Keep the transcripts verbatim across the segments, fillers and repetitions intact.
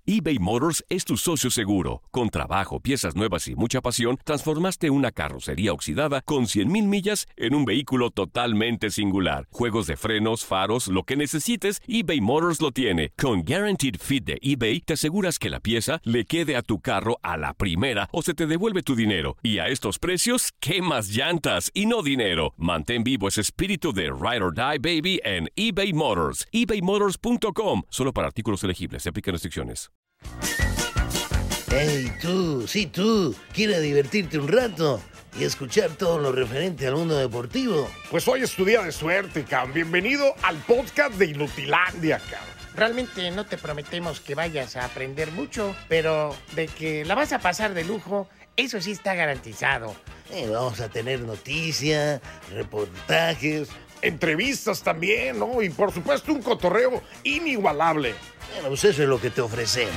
eBay Motors es tu socio seguro. Con trabajo, piezas nuevas y mucha pasión, transformaste una carrocería oxidada con cien mil millas en un vehículo totalmente singular. Juegos de frenos, faros, lo que necesites, eBay Motors lo tiene. Con Guaranteed Fit de eBay, te aseguras que la pieza le quede a tu carro a la primera o se te devuelve tu dinero. Y a estos precios, ¿qué más llantas y no dinero? Mantén vivo ese espíritu de Ride or Die, baby, en eBay Motors. ebay motors punto com. Solo para artículos elegibles. Se aplican restricciones. Hey, tú, sí, tú, ¿quieres divertirte un rato y escuchar todo lo referente al mundo deportivo? Pues hoy es tu día de suerte, cabrón. Bienvenido al podcast de Inutilandia, cabrón. Realmente no te prometemos que vayas a aprender mucho, pero de que la vas a pasar de lujo, eso sí está garantizado. Eh, vamos a tener noticias, reportajes, entrevistas también, ¿no? Y por supuesto un cotorreo inigualable. Bueno, pues eso es lo que te ofrecemos.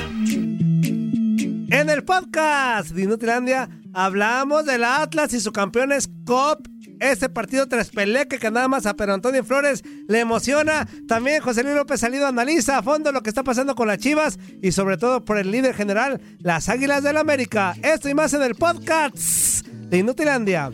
En el podcast de Inutilandia hablamos del Atlas y su campeones Cup. Este partido tras Peleque que nada más a Pedro Antonio Flores le emociona. También José Luis López Salido analiza a fondo lo que está pasando con las Chivas y sobre todo por el líder general, las Águilas del América. Esto y más en el podcast de Inutilandia.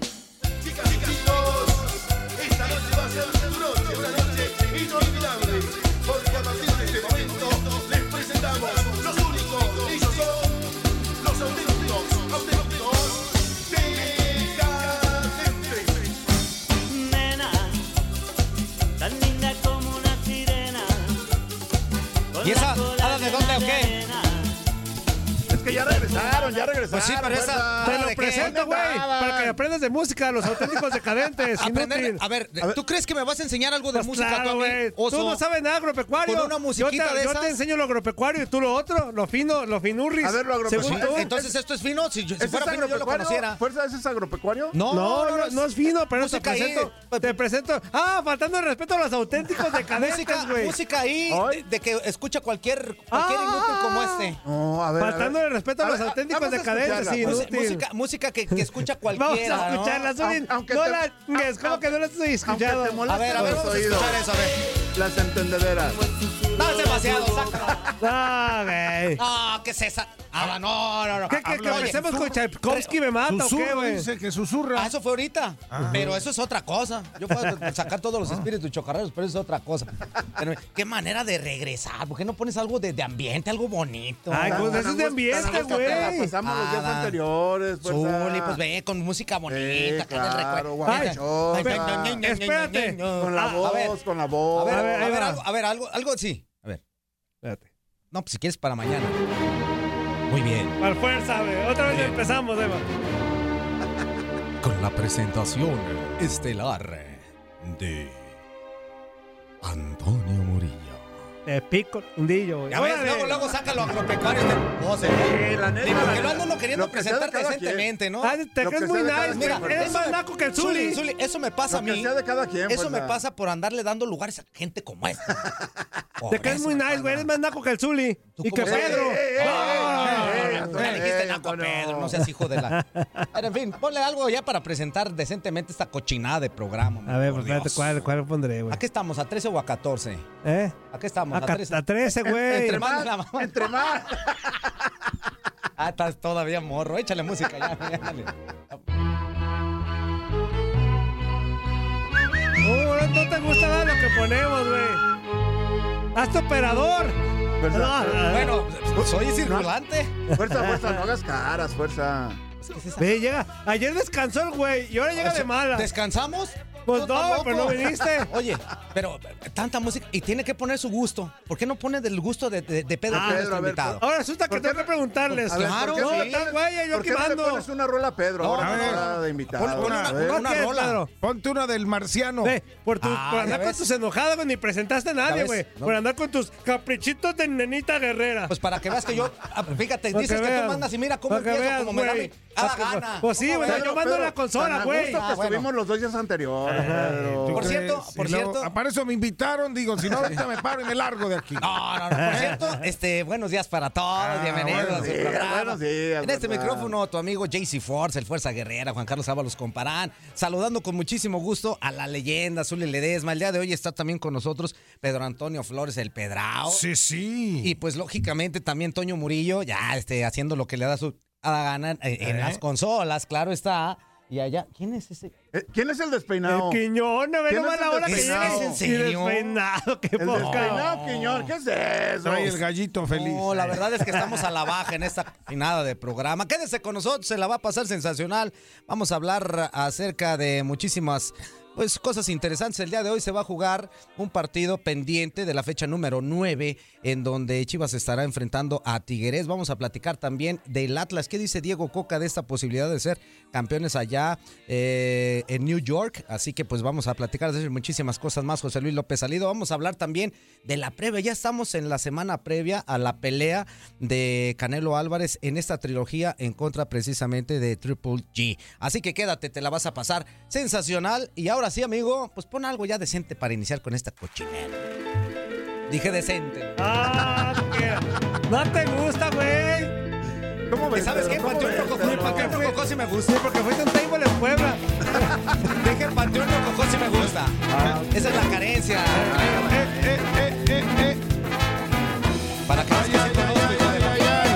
¿Y esa hada de dónde o qué? Es que ya regresaron, ya regresaron. Pues sí, pero esa... Te lo presento, güey, para que aprendas de música, los auténticos decadentes. Aprender, a, ver, a ver, ¿tú crees que me vas a enseñar algo de pues música claro, tú a mí, Oso? Tú no sabes nada agropecuario. Con una musiquita yo te, de yo esas. te enseño lo agropecuario y tú lo otro, lo fino, lo finurris. A ver, lo agropecuario. Según tú. Entonces, ¿esto es fino? Si, yo, si ¿Ese fuera es fino, yo lo conociera. ¿Fuerza ese es agropecuario? No, No, no, no, no es fino, pero te música ahí. presento, te presento. Ah, faltando el respeto a los auténticos decadentes, música, güey. música ahí de, de que escucha cualquier, cualquier Ah, inútil como este. No, a ver. Faltando el respeto a, A los ver, auténticos vamos a decadentes, sí, escucharla. inútil. Música, música que, que escucha cualquiera. Vamos a escucharla, ¿no? Zuli. Aunque No te- la es como que no la estoy escuchando. Aunque te moleste A ver, a ver, los vamos a oídos. escuchar eso, a ver. Las entendederas. No, es demasiado, sácalo. Ah, güey. No, ¿qué es esa? Ah, no, no, no. ¿Qué, qué, que Oye, empecemos con susurro- Tchaikovsky me mata o qué, güey? Dice que susurra. Ah, eso fue ahorita. Pero eso es otra cosa. Yo puedo sacar todos los espíritus chocarreros, pero eso es otra cosa. Pero qué manera de regresar. ¿Por qué no pones algo de, de ambiente, algo bonito? Ay, pues eso es de ambiente, güey. Pasamos los días Ah, anteriores. fuerza. Zuli, pues ve con música bonita, Sí, acá del claro, recuerdo. Ay, guapachosa. espérate. Con la Ah, a ver, voz, con la voz. A ver, A ver, a ahí ver, va. algo, a ver, algo, algo, sí. A ver. Espérate. No, pues si quieres para mañana. Muy bien. Al fuerza, güey. Otra vez empezamos, Eva. Con la presentación estelar de Antonio Murillo. Te pico un dillo, güey. A ver, Órale. luego, luego saca lo agropecuario de voz, ¿eh? Sí, la neta, Ni porque la- lo ando no queriendo lo que sea presentar de cada decentemente, ¿no? Ah, te Lo crees que muy sea de cada nice, quien, güey. Eres eso- más naco que el Zuli, Zuli. Zuli, eso me pasa a Lo que mí. sea de cada quien, Eso pues, me la- pasa por andarle dando lugares a gente como esta. Te Por crees eso muy me nice, pasa. güey. Eres más naco que el Zuli. ¿Tú Y que cómo sabes? Pedro. Eh, eh, eh, No, eh, no, no, eh, no, eh, no. Tú le dijiste eh, naco a Antonio. Pedro, no seas hijo de la... Pero en fin, ponle algo ya para presentar decentemente esta cochinada de programa. A ver, por pues espérate, Dios. ¿cuál, cuál pondré, güey? ¿A qué estamos? ¿A trece o a catorce? ¿Eh? ¿A qué estamos? A, ¿A ca- trece? a trece, güey. Entre Hermano, más, la mamá. entre más. Ah, estás todavía morro. Échale música ya. ya, dale. Uh, no te gusta nada lo que ponemos, güey. Haz tu operador. Fuerza, No, Bueno, soy circulante. fuerza, fuerza, no hagas caras, fuerza. ¿Qué es esa? Ve, llega. Ayer descansó el güey y ahora llega de mala. ¿Descansamos? Pues Tú no, tampoco. pero no viniste. Oye, pero eh, tanta música y tiene que poner su gusto. ¿Por qué no pone del gusto de, de, de Pedro, Ah, que es Pedro, nuestro a ver, invitado? Ahora resulta que ¿Por qué tengo que preguntarles. A ver, Claro, ¿por qué no, no está le- güey, yo ¿por qué no le quemando. pones una rola a Pedro? No, Ahora no, no no. está de invitado. Pon una- A ver. una- ¿Por qué, rola. Pedro? Ponte una del marciano. Ve, por, tu, Ah, por ya andar con ves. tus enojadas, güey, ni presentaste a nadie, Ya ves, güey. ¿no? Por andar con tus caprichitos de nenita guerrera. Pues para que veas que yo, ah, fíjate, Para dices que, veas. tú mandas y mira cómo Para que empiezo, veas, como me da güey. mi... Ah, Para que- gana. Pues sí, ¿Cómo güey, ves? yo Pedro, mando Pedro, la consola, tan a güey. gusto Ah, que bueno. estuvimos los dos días anteriores, Pedro. Por ¿Tú cierto, crees? por Y luego, cierto. aparte para eso me invitaron, digo, si no, ahorita me paro y me largo de aquí. No, no, no, por cierto, este, buenos días para todos, Ah, bienvenidos buenos a su días, programa. buenos días, en este ¿verdad? micrófono, tu amigo J C Force, el Fuerza Guerrera, Juan Carlos Ábalos Comparán, saludando con muchísimo gusto a la leyenda Zuli Ledesma. El día de hoy está también con nosotros Pedro Antonio Flores, el Pedrao. Sí, sí. Y pues, lógicamente, también Toño Murillo, ya este, haciendo lo que le da su a la gana en, en ¿Eh? las consolas, claro está. Y allá, ¿quién es ese? Eh, ¿Quién es el despeinado? El Quiñón, no ve ¿Quién nomás es la el hora que despeinado? llega. ¿Es en serio? Y despeinado, qué El poca. despeinado, Quiñón, ¿qué es eso? Trae el gallito feliz. No, la verdad es que estamos a la baja en esta finada de programa. Quédese con nosotros, se la va a pasar sensacional. Vamos a hablar acerca de muchísimas pues cosas interesantes. El día de hoy se va a jugar un partido pendiente de la fecha número nueve, en donde Chivas estará enfrentando a Tigres. Vamos a platicar también del Atlas. ¿Qué dice Diego Coca de esta posibilidad de ser campeones allá eh, en New York? Así que pues vamos a platicar de muchísimas cosas más. José Luis López Salido. Vamos a hablar también de la previa. Ya estamos en la semana previa a la pelea de Canelo Álvarez en esta trilogía en contra precisamente de Triple G. Así que quédate, te la vas a pasar sensacional. Y ahora sí, amigo, pues pon algo ya decente para iniciar con esta cochinera. Dije decente. Ah, qué- no te gusta, güey. ¿Cómo ves, ¿Sabes qué? Pedro? ¿Cómo Panteón ves, Rococó, Pedro? Panteón Rococó sí me gusta. Sí, porque fuiste un table en Puebla. Dije Panteón Rococó sí me gusta. Esa es la carencia. Eh, eh, eh, eh, eh. Para que Ay, ay, ay, ay, ay, ay, ay.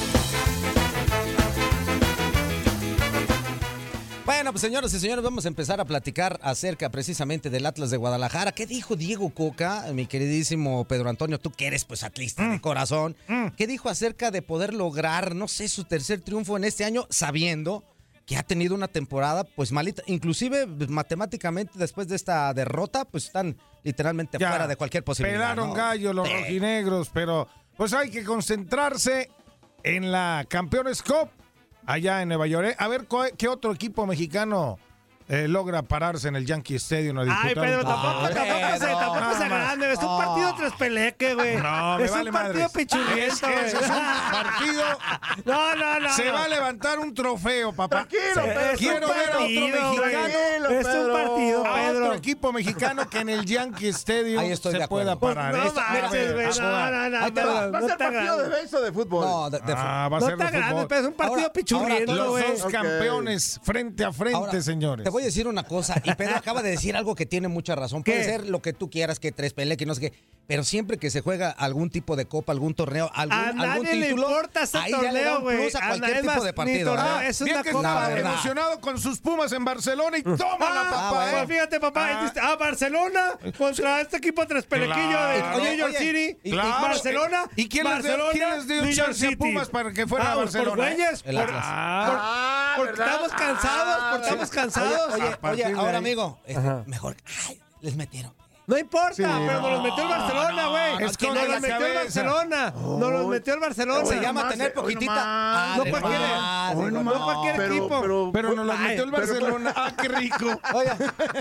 Bueno, pues señoras y señores, vamos a empezar a platicar acerca precisamente del Atlas de Guadalajara. ¿Qué dijo Diego Coca, mi queridísimo Pedro Antonio? Tú que eres pues atlista de corazón. ¿Qué dijo acerca de poder lograr, no sé, su tercer triunfo en este año, sabiendo que ha tenido una temporada pues malita? Inclusive matemáticamente después de esta derrota, pues están literalmente Ya, fuera de cualquier posibilidad. Pelaron ¿no? gallo los Sí. rojinegros, pero pues hay que concentrarse en la Campeones Cup allá en Nueva York. A ver cu- qué otro equipo mexicano eh, logra pararse en el Yankee Stadium a disputar Ay, Pedro, un- tampoco, Ah, tampoco, se, Pedro. tampoco se No, grande. Es un no. partido tres peleque, güey. No, me es vale un partido madres. pichurriento, Es que güey. ese es un partido. No, no, no. Se no. va a levantar un trofeo, papá. Tranquilo, Pedro. Es Quiero un ver a otro partido, mexicano. güey. Tranquilo, Es un Pedro. partido, A Pedro. otro equipo mexicano que en el Yankee Stadium Ahí estoy se de acuerdo. pueda parar. No Esta- a manches, ver, güey. a No, jugar. no, no. Ahí te Pedro, va. ¿Va a no ser te partido de agrandes. beso o de fútbol? No, de, de Ah, va a No ser te de agrandes, fútbol. pero es un partido Ahora- pichurriento, ahora Los güey. dos Ok. campeones frente a frente, Ahora, señores. Te voy a decir una cosa, y Pedro acaba de decir algo que tiene mucha razón. Puede ¿Qué? ser lo que tú quieras, que tres pele, que no sé qué, pero siempre que se juega algún tipo de copa, algún torneo, algún, A algún nadie le título, importa ese ahí ya le da torneo, un güey. plus a A cualquier nadie tipo más, de ni partido. torneo, ¿verdad? es Bien una que copa, estaba ¿verdad? emocionado con sus Pumas en Barcelona y tómala, Ah, papá. bueno. pues fíjate, papá. Ah. dijiste, Ah, Barcelona contra este equipo tres pelequillo Claro. de New York Oye, City. y- Claro. Barcelona. ¿Y quién les dio- Barcelona, quién les dio New York chance a City. Pumas para que fuera Ah, a pues Barcelona, Por güeyes. El por- Atlas. Ah, Porque ¿verdad? estamos cansados, porque estamos Oye, cansados. oye, A partir oye, de ahora ahí. amigo, este, Ajá. mejor, ay, les metieron. No importa, Sí, pero nos los metió el Barcelona, güey. no, nos esconde los la metió el cabeza. Barcelona. Nos los metió el Barcelona. Se llama nomás, tener eh, hoy poquitita. nomás. Ah, No de cualquiera. más, Hoy digo, nomás. no cualquier pero, equipo. Pero, Pero nos los Ay, metió el pero- Barcelona. ¡Ah, qué rico! Oye,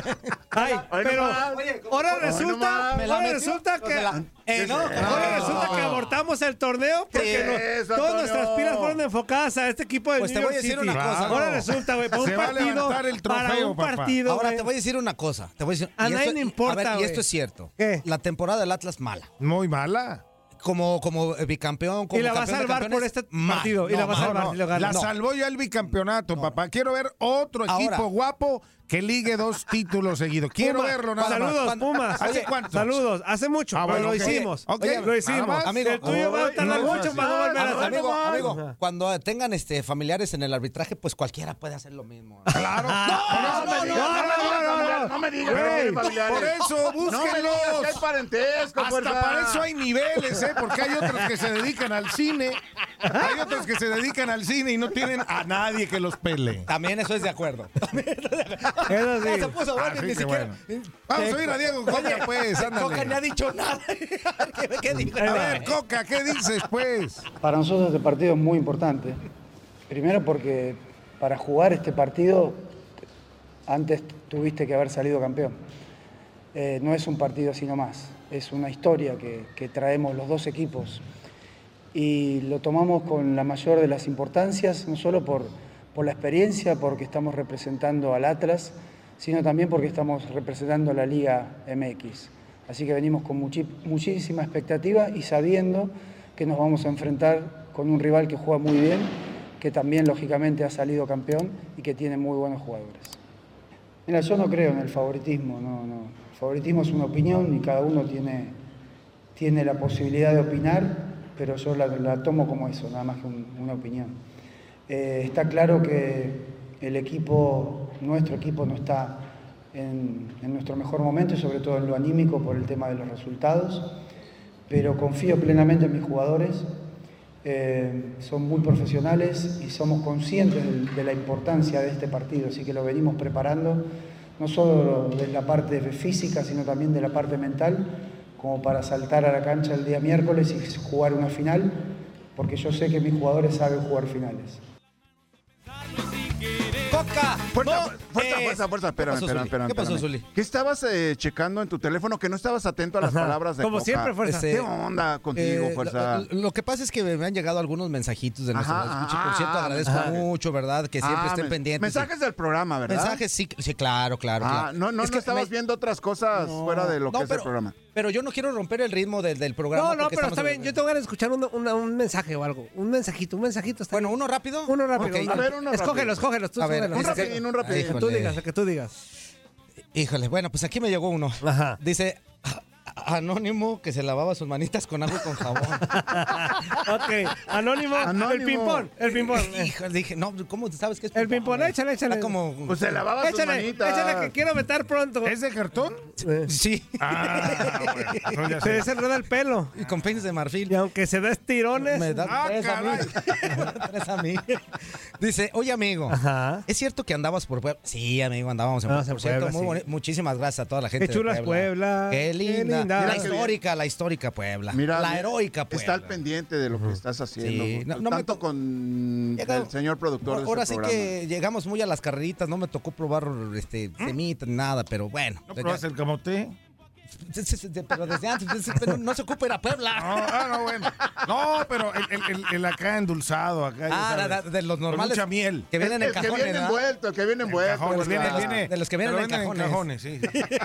Ay, Hoy pero nomás. ahora Hoy resulta, nomás. ¿me la ahora metió? resulta No que se la- Eh, no, ahora no. resulta que abortamos el torneo porque Sí, no- eso, todas Antonio. nuestras pilas fueron enfocadas a este equipo de Pues te New voy a York decir City. una cosa. Ahora Claro. resulta, güey, para un Se va a partido, levantar el para trofeo, un papá. partido, Ahora güey. te voy a decir una cosa. Te voy a decir, A y nadie esto- le importa, a ver, y güey. esto es cierto. ¿Qué? La temporada del Atlas mala. Muy mala. Como, como eh, bicampeón, como Y la va a campeón de salvar campeones, por este mal. partido, y la va a mal. salvar. No, si lo gana. la No. salvó ya el bicampeonato, papá. Quiero ver otro equipo Ahora. guapo que ligue dos títulos seguidos. Quiero Pumas, verlo nada más. Saludos, Cuando- Pumas. ¿Hace Oye, cuántos? Saludos. Hace mucho, Ah, pero bueno, lo ok. hicimos. Ok, Oye, lo nada hicimos. más. Amigo, el tuyo va a Ay, tardar no, mucho sí, para no sí. volver a Amigo, hacer. amigo, Ajá. amigo, cuando tengan este familiares en el arbitraje, pues cualquiera puede hacer lo mismo. Claro. No, no, no, no, no. No me digas, Güey, que hay familiares. por eso, No me digas que hay búsquenlos. parentesco, Hasta fuerza. para eso hay niveles, ¿eh? Porque hay otros que se dedican al cine. Hay otros que se dedican al cine y no tienen a nadie que los pele. También eso es de acuerdo. Eso sí. No se puso bueno, Así ni que siquiera. bueno. Vamos a oír a Diego Coca, pues, Coca ni ha ándale. dicho nada. ¿Qué, qué dijo? A ver, Coca, ¿qué dices, pues? Para nosotros este partido es muy importante. Primero porque para jugar este partido antes tuviste que haber salido campeón. Eh, no es un partido así nomás, es una historia que, que traemos los dos equipos y lo tomamos con la mayor de las importancias, no solo por, por la experiencia, porque estamos representando al Atlas, sino también porque estamos representando a la Liga M X. Así que venimos con muchi- muchísima expectativa y sabiendo que nos vamos a enfrentar con un rival que juega muy bien, que también lógicamente ha salido campeón y que tiene muy buenos jugadores. Mira, yo no creo en el favoritismo, no, no. El favoritismo es una opinión y cada uno tiene, tiene la posibilidad de opinar, pero yo la, la tomo como eso, nada más que un, una opinión. Eh, está claro que el equipo, nuestro equipo no está en, en nuestro mejor momento y sobre todo en lo anímico por el tema de los resultados, pero confío plenamente en mis jugadores, eh, son muy profesionales y somos conscientes de, de la importancia de este partido, así que lo venimos preparando, no solo de la parte física, sino también de la parte mental, como para saltar a la cancha el día miércoles y jugar una final, porque yo sé que mis jugadores saben jugar finales. ¡Coca! Fuerza, no, fuerza, eh, fuerza, fuerza, ¿qué espérame, pasó, espérame, Zuli? espérame. ¿Qué pasó, espérame. Zuli? ¿Qué estabas eh, checando en tu teléfono? Que no estabas atento a las Ajá. palabras de Como Coca. siempre, fuerza. Este, ¿Qué onda contigo, Eh, fuerza? Lo, lo que pasa es que me han llegado algunos mensajitos de nuestro Ajá, escucha. Por ah, cierto, ah, agradezco mensajes. mucho, ¿verdad? Que siempre Ah, estén men- pendientes. Mensajes del programa, ¿verdad? Mensajes, sí, sí, claro, claro. Ah, claro. no, no, Es no que estabas me- viendo otras cosas No, fuera de lo no, que es pero, el programa. Pero yo no quiero romper el ritmo del, del programa. No, no, porque pero estamos está en- bien. Yo tengo ganas de escuchar un, una- un mensaje o algo. Un mensajito, un mensajito. Está Bueno, bien. uno rápido. Uno rápido. Ok. uno A ver, rápido. uno Escógelo, rápido. escógelo. Tú A ver, escógelo. Un dice- rapidín, un rapidín. El que tú Híjole. digas, el que tú digas. Híjole, bueno, pues aquí me llegó uno. Ajá. Dice, "A- Anónimo que se lavaba sus manitas con agua y con jabón. Ok, anónimo, Anónimo. el ping-pong, el ping-pong. Híjole, dije, no, ¿cómo sabes que es El ping-pong, güey? échale, échale. Está como... Pues se lavaba sus Échale, manitas. échale que quiero meter pronto. ¿Es de cartón? Eh, Sí, Ah, bueno, entonces ya Se sé. desenreda el pelo. y con peines de marfil. Y aunque se dé estirones. Me da Ah, tres a mí. caray. Me da tres a mí. Dice, oye, amigo, Ajá. ¿es cierto que andabas por Puebla? Sí, amigo, andábamos en Puebla. Andábamos en Por cierto, Puebla, muy sí. boni- muchísimas gracias a toda la gente Qué chula de es Puebla. Puebla. Qué Qué linda. linda. La Mira qué histórica, la histórica Puebla. Mira, la mira, heroica Puebla. Está al pendiente de lo que estás haciendo. Sí, no- no me tanto to- con Llega- el señor productor de Ahora este sí programa. que llegamos muy a las carreritas, no me tocó probar este semita ni nada, pero bueno. ¿No Ya- probaste el camote? Sí, sí, sí, pero desde antes, desde- pero no se ocupa ir a No, Puebla. ah, no, bueno. No, pero el, el, el, el acá endulzado, acá. ya Ah, sabes, de, de los con normales. mucha miel. Que vienen en el que cajones, viene ¿verdad? envuelto, el que viene En envuelto. cajones, ¿verdad? viene, viene, de los que vienen pero en cajones. sí.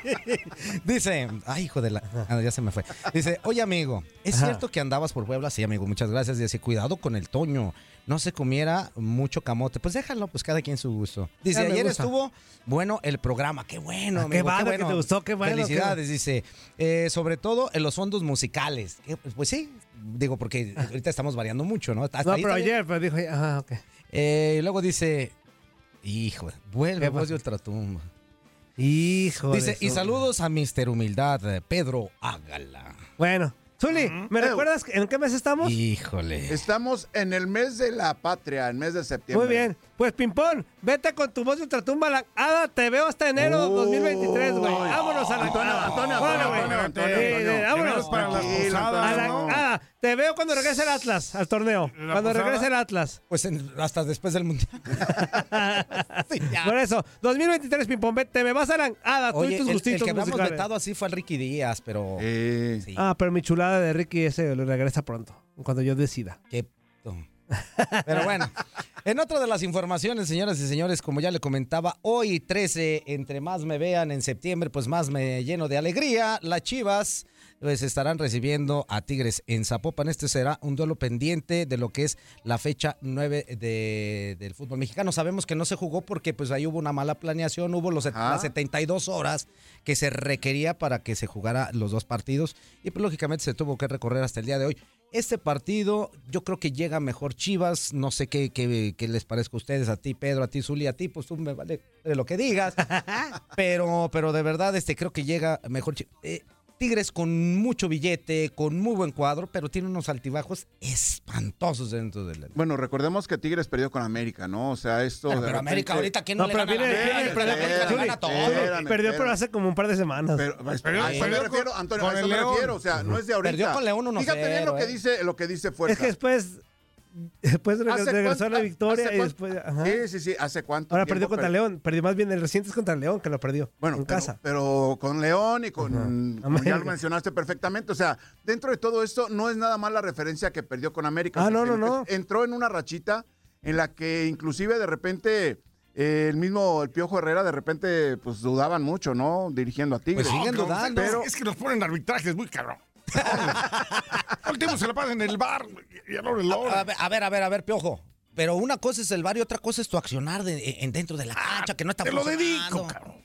Dice, ay, hijo de la... Ah, ya se me fue. Dice, oye, amigo, ¿es Ajá. cierto que andabas por Puebla? Sí, amigo, muchas gracias. Dice, cuidado con el Toño. No se comiera mucho camote. Pues déjalo, pues cada quien su gusto. Dice, Ya me ayer gusta. estuvo bueno el programa. Qué bueno, Ah, qué amigo, padre que te gustó, qué bueno, Felicidades, dice. Eh, sobre todo en los fondos musicales. Eh, Pues sí, digo, porque ahorita estamos variando mucho, ¿no? Hasta No, ahí pero está bien. ayer, pero dijo, ajá, ok. Eh, y luego dice, hijo, vuelve ¿Qué voz pasó? de ultratumba. Hijo de Dice, y su- saludos a mister Humildad, eh, Pedro Ágala. Bueno, Zuli, ¿me Eh, recuerdas en qué mes estamos? Híjole. Estamos en el mes de la patria, el mes de septiembre. Muy bien. Pues, Pimpón, vete con tu voz de ultratumba. La Ada, te veo hasta enero Uy. dos mil veintitrés, güey. Vámonos a la Antonio, Ada. Antonio, Órale, Antonio, güey. Antonio, Antonio, Sí, Antonio. sí, vámonos. Primero para las Tranquilo, posadas, A la- ¿no? Ada, te veo cuando regrese el Atlas al torneo. ¿La Cuando posada? regrese el Atlas. Pues en- hasta después del mundial. Sí, ya. Por eso, dos mil veintitrés, Pimpón, vete, te me vas a la Ada, tú Oye, y el, tus el gustitos que habíamos musicales. vetado así fue al Ricky Díaz, pero... Eh, Sí, Ah, pero mi chulada de Ricky ese lo regresa pronto, cuando yo decida. qué... Pero bueno, en otra de las informaciones, señoras y señores, como ya le comentaba, hoy trece, entre más me vean en septiembre, pues más me lleno de alegría. Las Chivas pues estarán recibiendo a Tigres en Zapopan. Este será un duelo pendiente de lo que es la fecha nueve de, del fútbol mexicano. Sabemos que no se jugó porque pues ahí hubo una mala planeación, hubo los, Ajá. las setenta y dos horas que se requería para que se jugara los dos partidos y pues lógicamente se tuvo que recorrer hasta el día de hoy. Este partido yo creo que llega mejor Chivas, no sé qué, qué, qué les parezca a ustedes, a ti Pedro, a ti Zuli, a ti, pues tú me vale de lo que digas, pero, pero de verdad este creo que llega mejor Chivas. Eh, Tigres con mucho billete, con muy buen cuadro, pero tiene unos altibajos espantosos dentro del... Bueno, recordemos que Tigres perdió con América, ¿no? O sea, esto. Pero, de pero repente- América ahorita que no, No, le pero gana a la viene- América, viene- pero espérame, América le Zuli, gana todo. espérame. Perdió, espérame. pero hace como un par de semanas. Pero, pues, Perdió- a eso perdió me refiero, con- Antonio, con a eso el me León. refiero. O sea, no es de ahorita. Perdió con León uno Fíjate bien cero, lo que eh. dice, lo que dice Fuerza. Es que después, después regresó, ¿Hace regresó cuánto- la victoria hace y cuánto- después... ajá. Sí, sí, sí. ¿Hace cuánto Ahora tiempo perdió contra per- León. Perdió más bien el reciente es contra León, que lo perdió. Bueno, en pero, casa. pero con León y con, como ya América. lo mencionaste perfectamente, o sea, dentro de todo esto no es nada más la referencia que perdió con América. Ah, o sea, no, no, sino no. que entró en una rachita en la que inclusive de repente eh, el mismo el Piojo Herrera de repente pues dudaban mucho, ¿no? Dirigiendo a Tigres. Pues siguen No, dudando. Pero es que nos ponen arbitrajes muy cabrón. El tiempo se la pasa en el bar y ahora el A, a ver, a ver, a ver, a ver, Piojo. Pero una cosa es el bar y otra cosa es tu accionar de, en dentro de la cancha, que no está Te lo funcionando. dedico, cabrón.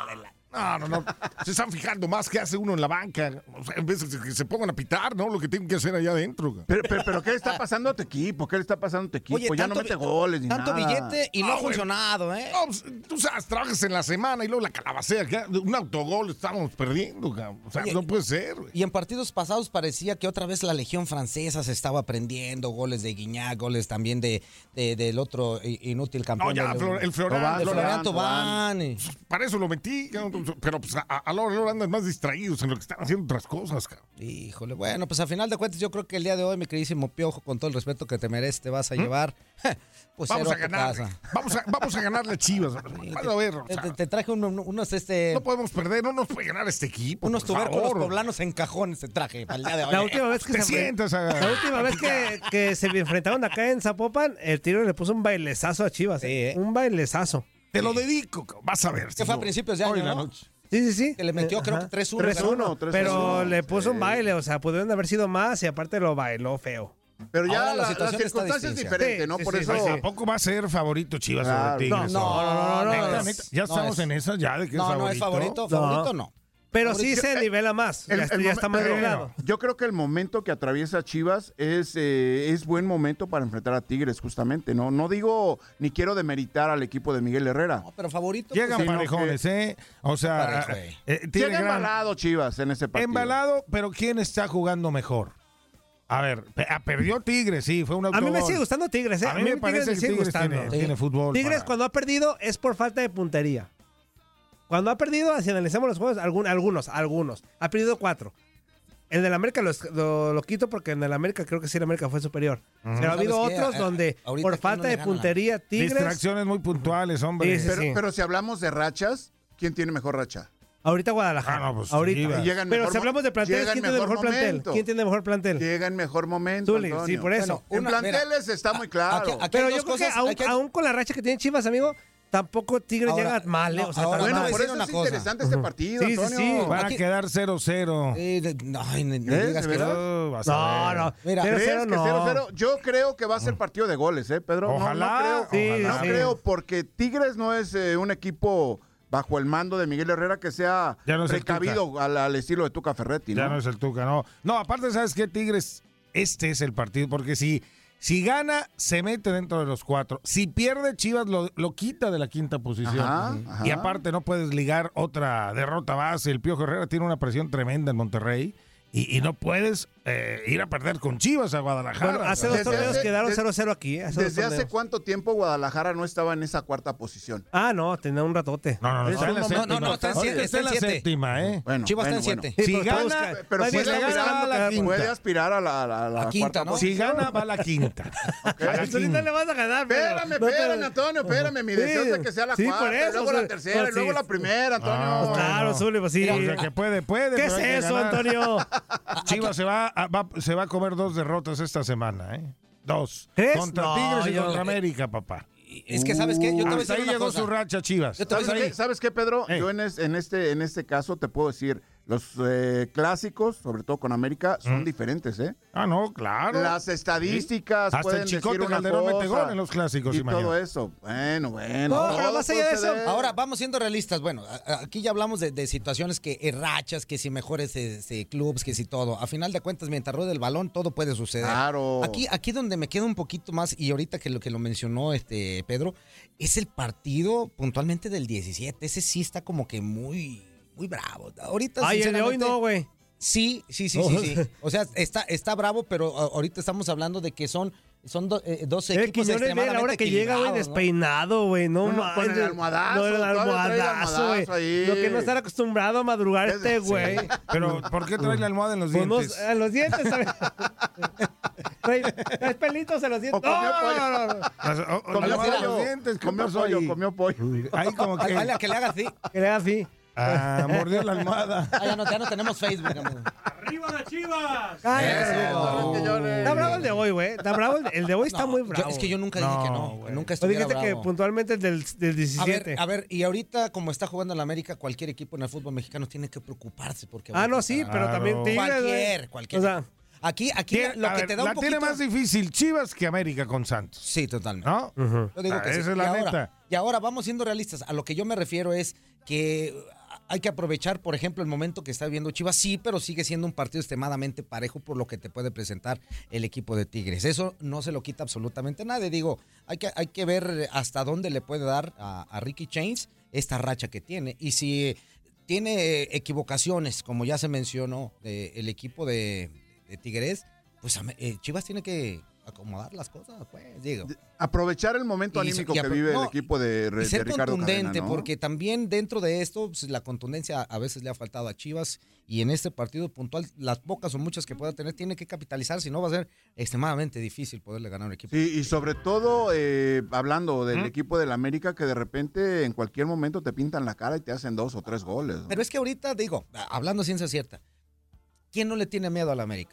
Ah, no, no, no. Se están fijando más qué hace uno en la banca. O sea, en vez de que se pongan a pitar, ¿no? Lo que tienen que hacer allá adentro. Cabrón. Pero, pero, pero ¿qué le está pasando a tu equipo? ¿Qué le está pasando a tu equipo? Oye, ya no tanto mete bi- goles ni Tanto nada. billete y no Ah, ha bueno. funcionado, ¿eh? No, pues, tú sabes, trabajas en la semana y luego la calabacea. que Un autogol estamos perdiendo, cabrón. O sea, Oye, no puede ser, güey. Y en partidos pasados parecía que otra vez la Legión Francesa se estaba aprendiendo, goles de Guiñac, goles también de, de- del otro i- inútil campeón. No, ya, del- Flor- el Florán. de Tobán, Florian Tobán, Tobán. y- Para eso lo metí, cabrón. Pero pues a, a la hora de la hora andan más distraídos en lo que están haciendo otras cosas, cabrón. Híjole, bueno, pues a final de cuentas yo creo que el día de hoy, mi queridísimo Piojo, con todo el respeto que te mereces, te vas a llevar, pues Vamos cero a tu ganarle. casa. Vamos a, vamos a ganarle a Chivas. Vas a ver, o Te, sea, te- te traje un- un- unos, este, no podemos perder, no nos puede ganar este equipo. unos por tubérculos favor. poblanos en cajones te traje para el día de hoy. La última vez que Te se enfren- sientas a... La última vez que, que se enfrentaron acá en Zapopan, el Tigre le puso un bailezazo a Chivas. Sí, ¿eh? ¿eh? Un bailezazo. Te lo dedico, cabrón. Vas a ver. Que fue a no. principios de Hoy año, en la ¿no? noche. Sí, sí, sí. Que le metió, Eh, creo ajá. que tres uno, tres uno, ¿verdad? tres pero uno, le puso un sí. baile, o sea, pudieron haber sido más y aparte lo bailó feo. Pero ya Ahora la la, la situación está circunstancia es distinta. diferente, Sí, ¿no? sí, Por sí, eso... sí, sí. ¿Tampoco va a ser favorito Chivas Claro. sobre Tigres? No, no, no, no, Neta, no, neta, es- ya no estamos es- en esas ya de que No, es no es favorito, No. favorito no. Pero sí Favorito. se nivela más. El- ya, está- el ya momen- está más pero nivelado. Yo creo que el momento que atraviesa Chivas es, eh, es buen momento para enfrentar a Tigres, justamente. No, no digo ni quiero demeritar al equipo de Miguel Herrera. No, pero favorito. Llegan pues, sino parejones, ¿eh? O sea, Parejo, eh. eh, tiene Llega gran- embalado Chivas en ese partido. Embalado, pero ¿quién está jugando mejor? A ver, pe- ah, perdió Tigres, sí, fue un A mí me autogol. sigue gustando Tigres, ¿eh? A mí me parece que sigue Tigres gustando. tiene, Sí. tiene fútbol. Tigres para- cuando ha perdido es por falta de puntería. Cuando ha perdido, si analizamos los juegos, algún- algunos, algunos. Ha perdido cuatro. El del América lo, lo, lo quito porque en el América creo que sí el América fue superior. Pero ha habido ¿Sabes qué? otros A- donde ahorita por aquí falta no le de ganan. puntería Tigres... Distracciones muy puntuales, hombre. Sí, sí, Pero, sí. pero si hablamos de rachas, ¿quién tiene mejor racha? Ahorita Guadalajara. Ah, no, pues, ahorita. Chivas. Llega en Pero mejor si mo- hablamos de planteles, llega en ¿quién tiene mejor plantel? momento. ¿Quién tiene mejor plantel? Llega en mejor momento, Zuli, Antonio. sí, por eso. Bueno, En una- mira, planteles está muy claro. aquí- aquí Pero hay yo dos creo que cosas, aún, hay que- aún con la racha que tiene Chivas, amigo, tampoco Tigres Ahora, llega mal, ¿eh? no, O sea, ahora, tan Bueno, no, mal. voy a por decir eso una es cosa. interesante este partido, Sí, sí, Antonio. sí. Van a Aquí- quedar cero cero. Eh, de- no, ay, ni- ni ¿Eh? digas ¿De que verdad? Oh, vas a No, ver. no. Mira, cero ¿Crees cero que no. cero cero? Yo creo que va a ser partido de goles, ¿eh, Pedro? No, Ojalá, No, creo, Sí, no sí. creo porque Tigres no es eh, un equipo bajo el mando de Miguel Herrera que sea Ya no es el precavido al, al estilo de Tuca Ferretti, ¿no? Ya no es el Tuca, no. No, aparte, ¿sabes qué, Tigres? Este es el partido, porque si, si gana, se mete dentro de los cuatro. Si pierde, Chivas lo, lo quita de la quinta posición. Ajá, ajá. Y aparte, no puedes ligar otra derrota más. El Piojo Herrera tiene una presión tremenda en Monterrey. Y, y no puedes eh, ir a perder con Chivas a Guadalajara. Bueno, hace dos Desde torneos hace- quedaron des- cero cero aquí. ¿eh? Hace dos ¿Desde hace torneos. cuánto tiempo Guadalajara no estaba en esa cuarta posición? Ah, no, tenía un ratote. No, no, no, Es está en un la momento- séptima. no, no, está en siete, Ahorita está en la siete. séptima, ¿eh? Bueno, Chivas bueno, está en bueno. siete. Sí, Si pero todos gana, ca- pero más si bien le estamos gana hablando a la cada- quinta. Puede aspirar a la, la, la A quinta, cuarta ¿no? posición. Si gana, va a la quinta. A la Pues ahorita quinta. le vas a ganar, pero- Espérame, no te- espérame, Antonio, espérame. Mi Sí. deseo es de que sea la Sí, cuarta, por eso, luego la sí. tercera, No, y luego sí. la primera, Antonio. Ah, Pues claro, bueno. Zuli, pues sí. O sea, que puede, puede. ¿Qué pero es hay que eso, ganar. Antonio? Chivas se va, a, va- se va a comer dos derrotas esta semana, ¿eh? Dos. ¿Crees? Contra No, Tigres y yo- contra América, papá. Es que, ¿sabes qué? Yo te voy a Hasta decir ahí una llegó cosa. su racha, Chivas. Yo te voy a ¿Sabes decir- qué, ¿Sabes qué, Pedro? Ey. Yo en, es- en este, en este caso te puedo decir, los eh, clásicos, sobre todo con América, son Mm. diferentes, ¿eh? Ah, no, claro. Las estadísticas Hasta pueden el Chicote decir una Calderón mete cosa gol en los clásicos, y imagínate. todo eso. Bueno, bueno. No, todo pero más allá puede de eso, suceder. Ahora, vamos siendo realistas. Bueno, a- a- aquí ya hablamos de, de situaciones que eh, rachas, que si mejores este, clubs, que si todo. A final de cuentas, mientras ruede el balón, todo puede suceder. Claro. Aquí, aquí donde me queda un poquito más, y ahorita que lo que lo mencionó este Pedro, es el partido puntualmente del diecisiete. Ese sí está como que muy, muy bravo. Ahorita, Ay, el de hoy sinceramente, no, güey. Sí, sí, sí, sí, sí. O sea, está, está bravo, pero a- ahorita estamos hablando de que son, son do- eh, dos El equipos Quiñones, ve la hora extremadamente que llega, güey, equilibrados, ¿no? despeinado, güey. No Uno con el manches. almohadazo, No, el todavía trae el almohadazo, güey. almohadazo ahí. Lo que no estar acostumbrado a madrugar este, güey. Pero, ¿por qué trae la almohada en los Pues no, dientes? en los dientes, ¿sabes? Trae trae pelitos en los dientes. O comió No, pollo. no, no, no. Las- o- o Comió la almohada en pollo, los dientes, ¿qué comió pasó pollo, ahí? comió pollo. Ahí como Ay, que... Vale, a que le haga así. Que le haga así. Ah, mordió la almohada. Ah, ya no, ya no tenemos Facebook, amigo. ¡Arriba las Chivas! Eso. Está bravo el de hoy, güey. Está bravo. El de hoy está No, muy yo- bravo. es que yo nunca dije que no. güey. Nunca Tú estuviera dijiste que bravo. puntualmente el del, del A diecisiete. ver, a ver, y ahorita como está jugando en la América, cualquier equipo en el fútbol mexicano tiene que preocuparse porque Ah, no, sí, pero Claro. también Tigres, güey. cualquier, cualquier. O sea, aquí, aquí Tiene- lo a que ver, te da la un poquito. tiene más difícil Chivas que América con Santos, Sí, totalmente. ¿no? Yo digo Ah, que sí. esa es Y la ahora- neta. Y ahora vamos siendo realistas. A lo que yo me refiero es que hay que aprovechar, por ejemplo, el momento que está viviendo Chivas, sí, pero sigue siendo un partido extremadamente parejo por lo que te puede presentar el equipo de Tigres. Eso no se lo quita absolutamente nadie. Digo, hay que, hay que ver hasta dónde le puede dar a, a Ricky Chains esta racha que tiene. Y si tiene equivocaciones, como ya se mencionó, de- el equipo de, de Tigres, pues eh, Chivas tiene que acomodar las cosas, pues, digo. Aprovechar el momento Y- anímico y apro- que vive no, el equipo de, Y ser de Ricardo contundente, Cadena, ¿no? porque también dentro de esto, pues, la contundencia a veces le ha faltado a Chivas y en este partido puntual, las pocas o muchas que pueda tener, tiene que capitalizar, si no va a ser extremadamente difícil poderle ganar a un equipo. Sí, y sobre todo eh, hablando del ¿Mm? equipo del América, que de repente en cualquier momento te pintan la cara y te hacen dos o tres goles, ¿no? Pero es que ahorita, digo, hablando ciencia cierta, ¿quién no le tiene miedo al América?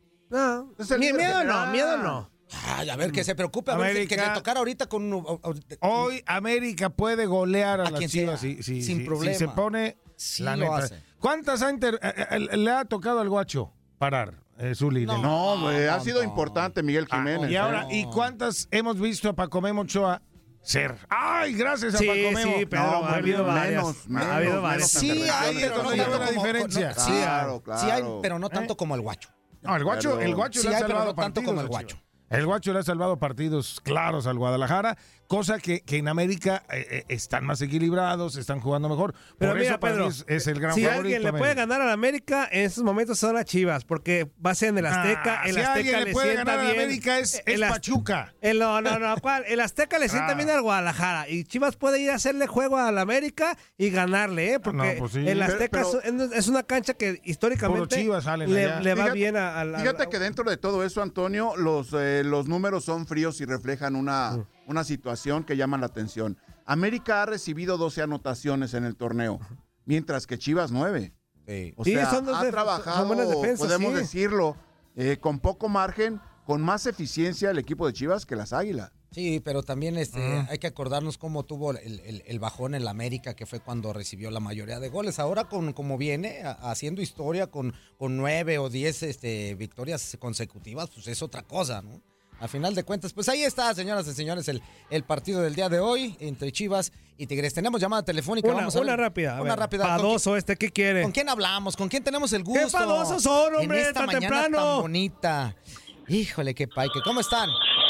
no. Es el Mi- líder miedo no, general. miedo no. Ay, a ver, que se preocupe, a ver, que- que América- le tocara ahorita con... uh, uh, Hoy América puede golear a, A las quien Chivas sea, si, si- sin si- problema. si se pone Sí la lo neta. hace. ¿Cuántas ha inter- eh, eh, le ha tocado al Guacho parar, eh, Zuli? No, No, güey, ha no, sido no. importante Miguel Ah, Jiménez. y ¿eh? ahora, ¿y cuántas hemos visto a Paco Memo Ochoa ser? ¡Ay, gracias a Sí, Paco Memo! sí, Pedro, No, ha muy habido bien, varias. menos, menos, ha habido menos varias. Sí hay, intervenciones. pero no Ahí tanto está la como... diferencia. no, sí, Claro, sí hay, claro. pero no tanto como el Guacho. No, el Guacho, el Guacho Sí le ha hay, pero salvado no tanto partidos como el a Guacho. Chivas. El Guacho le ha salvado partidos claros al Guadalajara, cosa que, que en América eh, eh, están más equilibrados, están jugando mejor. Pero Por mira, eso para Pedro, mí es, es el gran si favorito. alguien le América. puede ganar a la América, en estos momentos son las Chivas, porque va a ser en el Azteca. Ah, el si Azteca alguien le puede sienta ganar a la bien. América es, es El Az- Pachuca. El, no, no, no, ¿cuál? El Azteca le sienta Ah. bien al Guadalajara y Chivas puede ir a hacerle juego a la América y ganarle, ¿eh? Porque No, pues sí. el Pero- Azteca pero- es- es una cancha que históricamente Puro Chivas salen allá. le, le va Fíjate- bien a, a la... Fíjate que dentro de todo eso, Antonio, los, eh, los números son fríos y reflejan una, una situación que llama la atención. América ha recibido doce anotaciones en el torneo, mientras que Chivas nueve. Sí. O Sí, sea, son dos ha def- trabajado, son buenas defensas, podemos sí. decirlo, eh, con poco margen, con más eficiencia el equipo de Chivas que las Águilas. Sí, pero también este, hay que acordarnos cómo tuvo el, el- el bajón en la América, que fue cuando recibió la mayoría de goles. Ahora, con como viene, a- haciendo historia con, con nueve o diez este, victorias consecutivas, pues es otra cosa, ¿no? A final de cuentas, pues ahí está, señoras y señores, el, el partido del día de hoy entre Chivas y Tigres. Tenemos llamada telefónica. Una, vamos a ver. una rápida. a Una ver, rápida. ¿Con Padoso este, ¿qué quiere? ¿Con quién hablamos? ¿Con quién tenemos el gusto? ¿Qué padosos son, hombre, En esta tan mañana temprano? tan bonita. Híjole, qué paique. ¿Cómo están?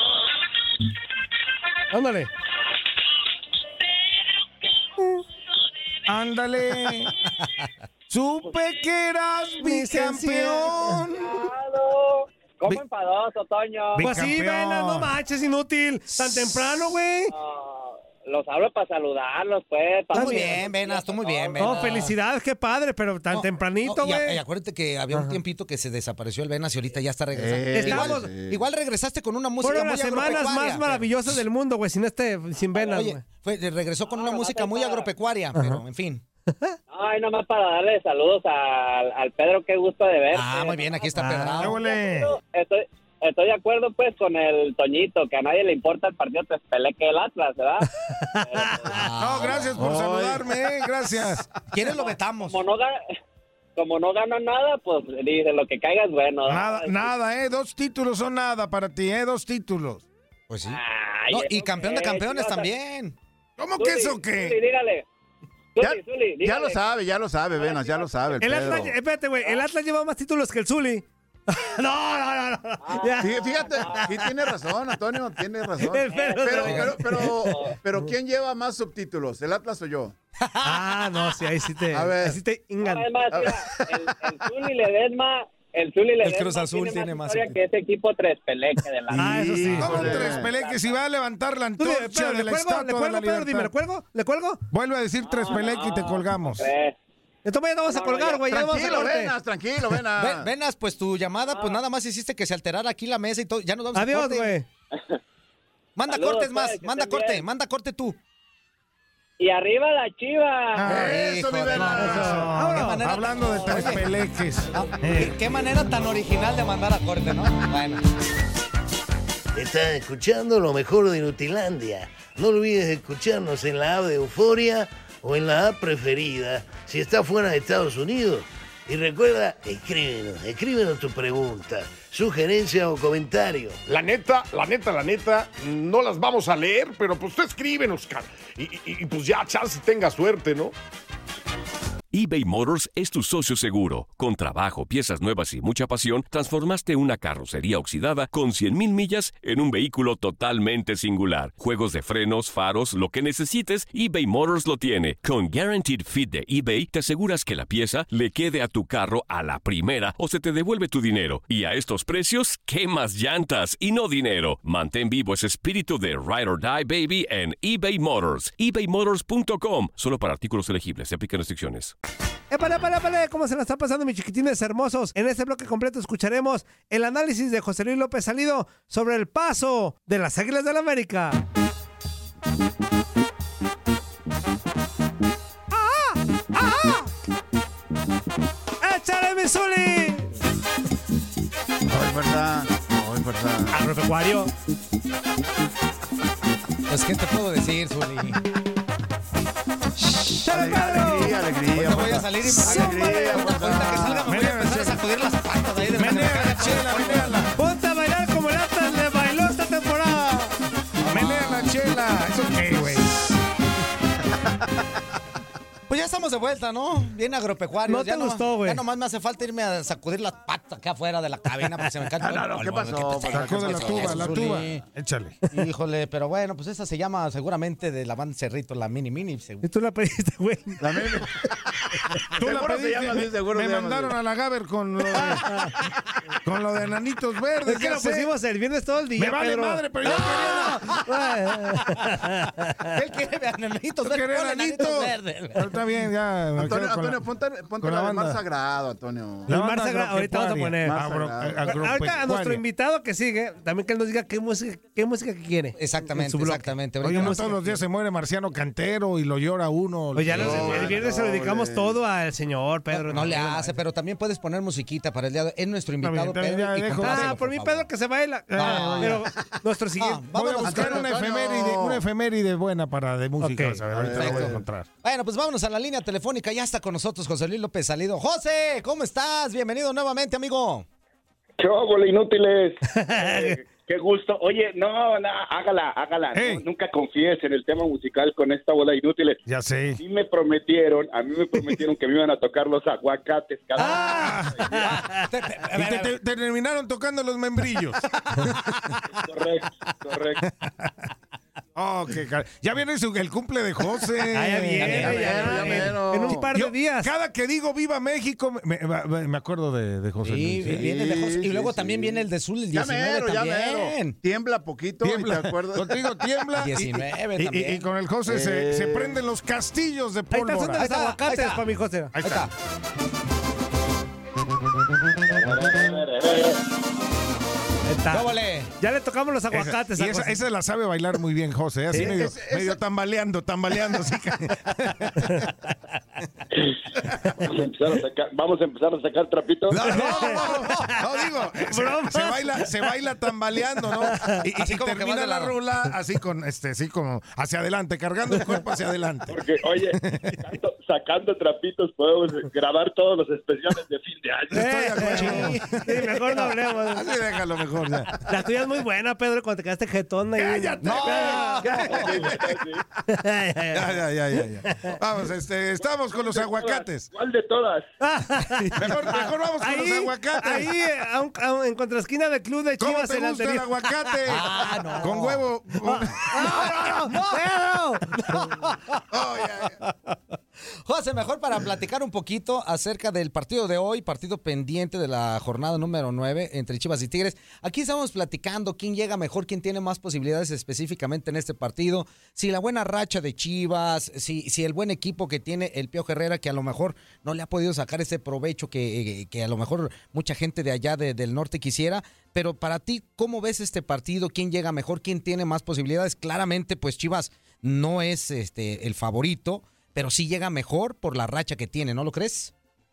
Ándale. Ándale. Supe que eras mi campeón. ¿Cómo Vi- enfadoso, Toño? Pues sí, Bicampeón. Vela, no manches, inútil. Tan temprano, güey. No, los hablo para saludarlos, pues. Tú para muy que- bien, Venas, tú muy bien, No, Venas. felicidades, qué padre, pero tan No, tempranito, no, y a- güey. y acuérdate que había un tiempito que se desapareció el Venas y ahorita ya está regresando. Eh, Estamos- sí. Igual regresaste con una música Fueron muy las semanas agropecuaria, más maravillosas del mundo, güey, sin este, sin venas, Oye, güey. fue- regresó con una No, música no, muy no. agropecuaria, pero en fin. Ay, nomás para darle saludos al, al Pedro, qué gusto de verte. Ah, muy bien, aquí está Ah, ¿Qué Pedrado. huele? Estoy, estoy de acuerdo, pues, con el Toñito, que a nadie le importa el partido Trespeleque del Atlas, ¿verdad? No, gracias por Ay. saludarme, eh, gracias. ¿Quieres lo vetamos? Como no, ga- como no gana nada, pues, dice, lo que caiga es bueno. Nada, nada, eh. Dos títulos son nada para ti, eh. Dos títulos. Pues sí. Ay, No, ¿eso y campeón de qué? campeones Chivas, también. ¿Cómo Zuli, que eso Zuli, qué? dígale. Ya, Zuli, Zuli, ya dígale. lo sabe, ya lo sabe, Venas, ya lo sabe. El El Pedro. Atlas, espérate, güey, el Atlas lleva más títulos que el Zuli. no, no, no, no. Ya. Sí, fíjate, sí tiene razón, Antonio, tiene razón. El Pedro Pero, se- pero, pero, pero, ¿quién lleva más subtítulos? ¿El Atlas o yo? Ah, no, sí, ahí sí te, A ver. ahí sí te ingan. Además, mira, el, el Zuli Ledesma, el Zuli El Ledesma Cruz Azul tiene más historia que ese equipo Trespeleque de la Ah, eso sí. ¿Cómo un Híjole. tres peleques si va a levantar la Tú, dime, antorcha pero, de ¿le la cuelgo, estatua le de cuelgo, la Pedro? Dime, ¿le libertad? cuelgo? ¿Le cuelgo? Vuelve a decir tres peleques y te colgamos. Eh, Entonces ya no vamos a No, no, colgar, ya. güey, ya vamos a Tranquilo, corte. Venas, tranquilo, Venas. Ve- Venas, pues tu llamada, pues nada más hiciste que se alterara aquí la mesa y todo. Ya nos vamos a Adiós, corte. güey. Manda Saludos, cortes más, pues, que manda estén corte, bien. manda corte tú. Y arriba la Chivas. Ah, Eso, mi Vela. Qué manera- Hablando de tres peleques. No, ¿qué, qué manera tan original de mandar a corte, ¿no? Bueno. Estás escuchando lo mejor de Nutilandia. No olvides escucharnos en la app de Euforia o en la app preferida si estás fuera de Estados Unidos. Y recuerda, escríbenos, escríbenos tu pregunta, sugerencia o comentario. La neta, la neta, la neta, no las vamos a leer, pero pues tú escríbenos, cara. Y, y- y pues ya, chance tenga suerte, ¿no? eBay Motors es tu socio seguro. Con trabajo, piezas nuevas y mucha pasión, transformaste una carrocería oxidada con cien mil millas en un vehículo totalmente singular. Juegos de frenos, faros, lo que necesites, eBay Motors lo tiene. Con Guaranteed Fit de eBay, te aseguras que la pieza le quede a tu carro a la primera o se te devuelve tu dinero. Y a estos precios, ¿qué más llantas y no dinero? Mantén vivo ese espíritu de Ride or Die, baby, en eBay Motors. ebay motors punto com. Solo para artículos elegibles. Se aplican restricciones. ¡Épale, épale, épale! ¿Cómo se la está pasando, mis chiquitines hermosos? En este bloque completo escucharemos el análisis de José Luis López Salido sobre el paso de las Águilas del América. ¡Ah! ¡Ah! ¡Échale, mi Zuli! Ay, verdad. Ay, verdad. Agropecuario. Pues, ¿qué te puedo decir, Zuli? ¡Échale, Pedro! Alegría, alegría. Ahorita voy a salir y me Alegría, ahorita que salga me voy a empezar a sacudir las patas ahí de la Menea, chela, menea. ¡Ponte a bailar como el Atlas le bailó esta temporada! Menea la chela. ¿Eso qué, güey? Pues ya estamos de vuelta, ¿no? Bien agropecuario. No te ya gustó, güey. Ya nomás me hace falta irme a sacudir las patas acá afuera de la cabina porque se me encanta. No, no, no, ¿qué pasó? Sacó de la tuba, la tuba. Échale. Híjole, pero bueno, pues esa se llama seguramente de la banda Cerrito, la mini mini. Y tú la pediste, güey. La meme. Tú la Seguro se pediste, llama así, me- seguro me se llama mandaron así. a la Gaber con lo de, con lo de enanitos verdes. Es que ya lo sé. pusimos el viernes todo el día, Me vale Pedro. madre, pero yo quería... Él quiere enanitos Yo verdes. quería ponle enanitos. enanitos verdes. Pero está bien, ya. me Antonio, quedo con Antonio, la- ponte, ponte con la, la del mar banda. sagrado, Antonio. la El mar banda sagrado, ahorita vamos a poner. agropecuaria. Mar Agro- sagrado. Ahorita a nuestro agropecuaria. invitado que sigue, también que él nos diga qué música, qué música que quiere. Exactamente, En su bloque. exactamente. Oye, Ahorita no vamos a- todos los días se muere Marciano Cantero y lo llora uno. Oye, ya nos- No, el viernes se lo no, dedicamos güey. todo al señor Pedro. No, no le hace, pero también puedes poner musiquita para el día de hoy. Es nuestro Está invitado, bien, está bien, Pedro. ya y dejo. complácelo, Ah, por mí, favor. Pedro, que se baila. No, Ah, pero nuestro siguiente. No, Voy a vámonos, buscar Antonio, una Antonio. efeméride, una efeméride buena para de música. Ok. vas a ver, ahorita la voy a Perfecto. encontrar. Bueno, pues vámonos a la línea telefónica. Ya está con nosotros José Luis López Salido. José, ¿cómo estás? Bienvenido nuevamente, amigo. ¡Qué óvole, inútiles! Eh, ¡Qué gusto! Oye, no, no, hágala, hágala. Ey. No, nunca confíes en el tema musical con esta bola de inútiles. Ya sé. Sí me prometieron, a mí me prometieron que me iban a tocar los aguacates cada Ah. Te- te- a Y ver, te, a ver. te- te terminaron tocando los membrillos. Correcto, correcto. Oh, qué car- Ya viene su- el cumple de José. Ah, ya viene, Ya ya, mero, ya en- mero. En un par de Yo, días. Cada que digo viva México, me, me- me acuerdo de, de José Sí, Luis. ¿eh? viene de José. Y sí, luego sí. también viene el de Zul, el Ya diecinueve mero, ya también. mero. Tiembla poquito Tiembla. y te acuerdas. Contigo tiembla. y- diecinueve y, y- también. y con el José se, Eh. se prenden los castillos de Ahí está, son de pólvora. los está, ahí aguacates está. para mi José. Ahí Ahí está. Ahí está. ¡Cóbole! Ya le tocamos los Esa, aguacates. y a esa, José. esa la sabe bailar muy bien, José. Así Sí, medio, es- es- medio tambaleando, tambaleando. Así que- Vamos a empezar a sacar, vamos a empezar a sacar trapitos. No, no, no, no, no, digo, Bromas. se, se baila, se baila tambaleando, ¿no? Y, y- Así y como que termina vas de la lado. rula así con, este, así como hacia adelante, cargando el cuerpo hacia adelante. Porque, oye, tanto- sacando trapitos podemos grabar todos los especiales de fin de año. Estoy de acuerdo. Eh, sí, mejor no hablemos. Así déjalo mejor ya. La tuya es muy buena, Pedro, cuando te quedaste jetón ahí. ¡Cállate! No. Ya, ya, ya, ya, ya. Vamos, este, estamos con los aguacates. ¿Cuál de todas? Mejor, mejor vamos con los Ahí, aguacates. ahí a un- a un- en contraesquina del club de ¿Cómo Chivas te en el gusta el anterior. aguacate? Ah, no. Con huevo. ¡No, no, no! ¡Pedro! Oh, ya, ya. José, mejor para platicar un poquito acerca del partido de hoy, partido pendiente de la jornada número nueve entre Chivas y Tigres. Aquí estamos platicando quién llega mejor, quién tiene más posibilidades específicamente en este partido. Si la buena racha de Chivas, si, si el buen equipo que tiene el Piojo Herrera, que a lo mejor no le ha podido sacar ese provecho que, que a lo mejor mucha gente de allá de, del norte quisiera. Pero para ti, ¿cómo ves este partido? ¿Quién llega mejor? ¿Quién tiene más posibilidades? Claramente, pues Chivas no es este el favorito, pero sí llega mejor por la racha que tiene, ¿no lo crees?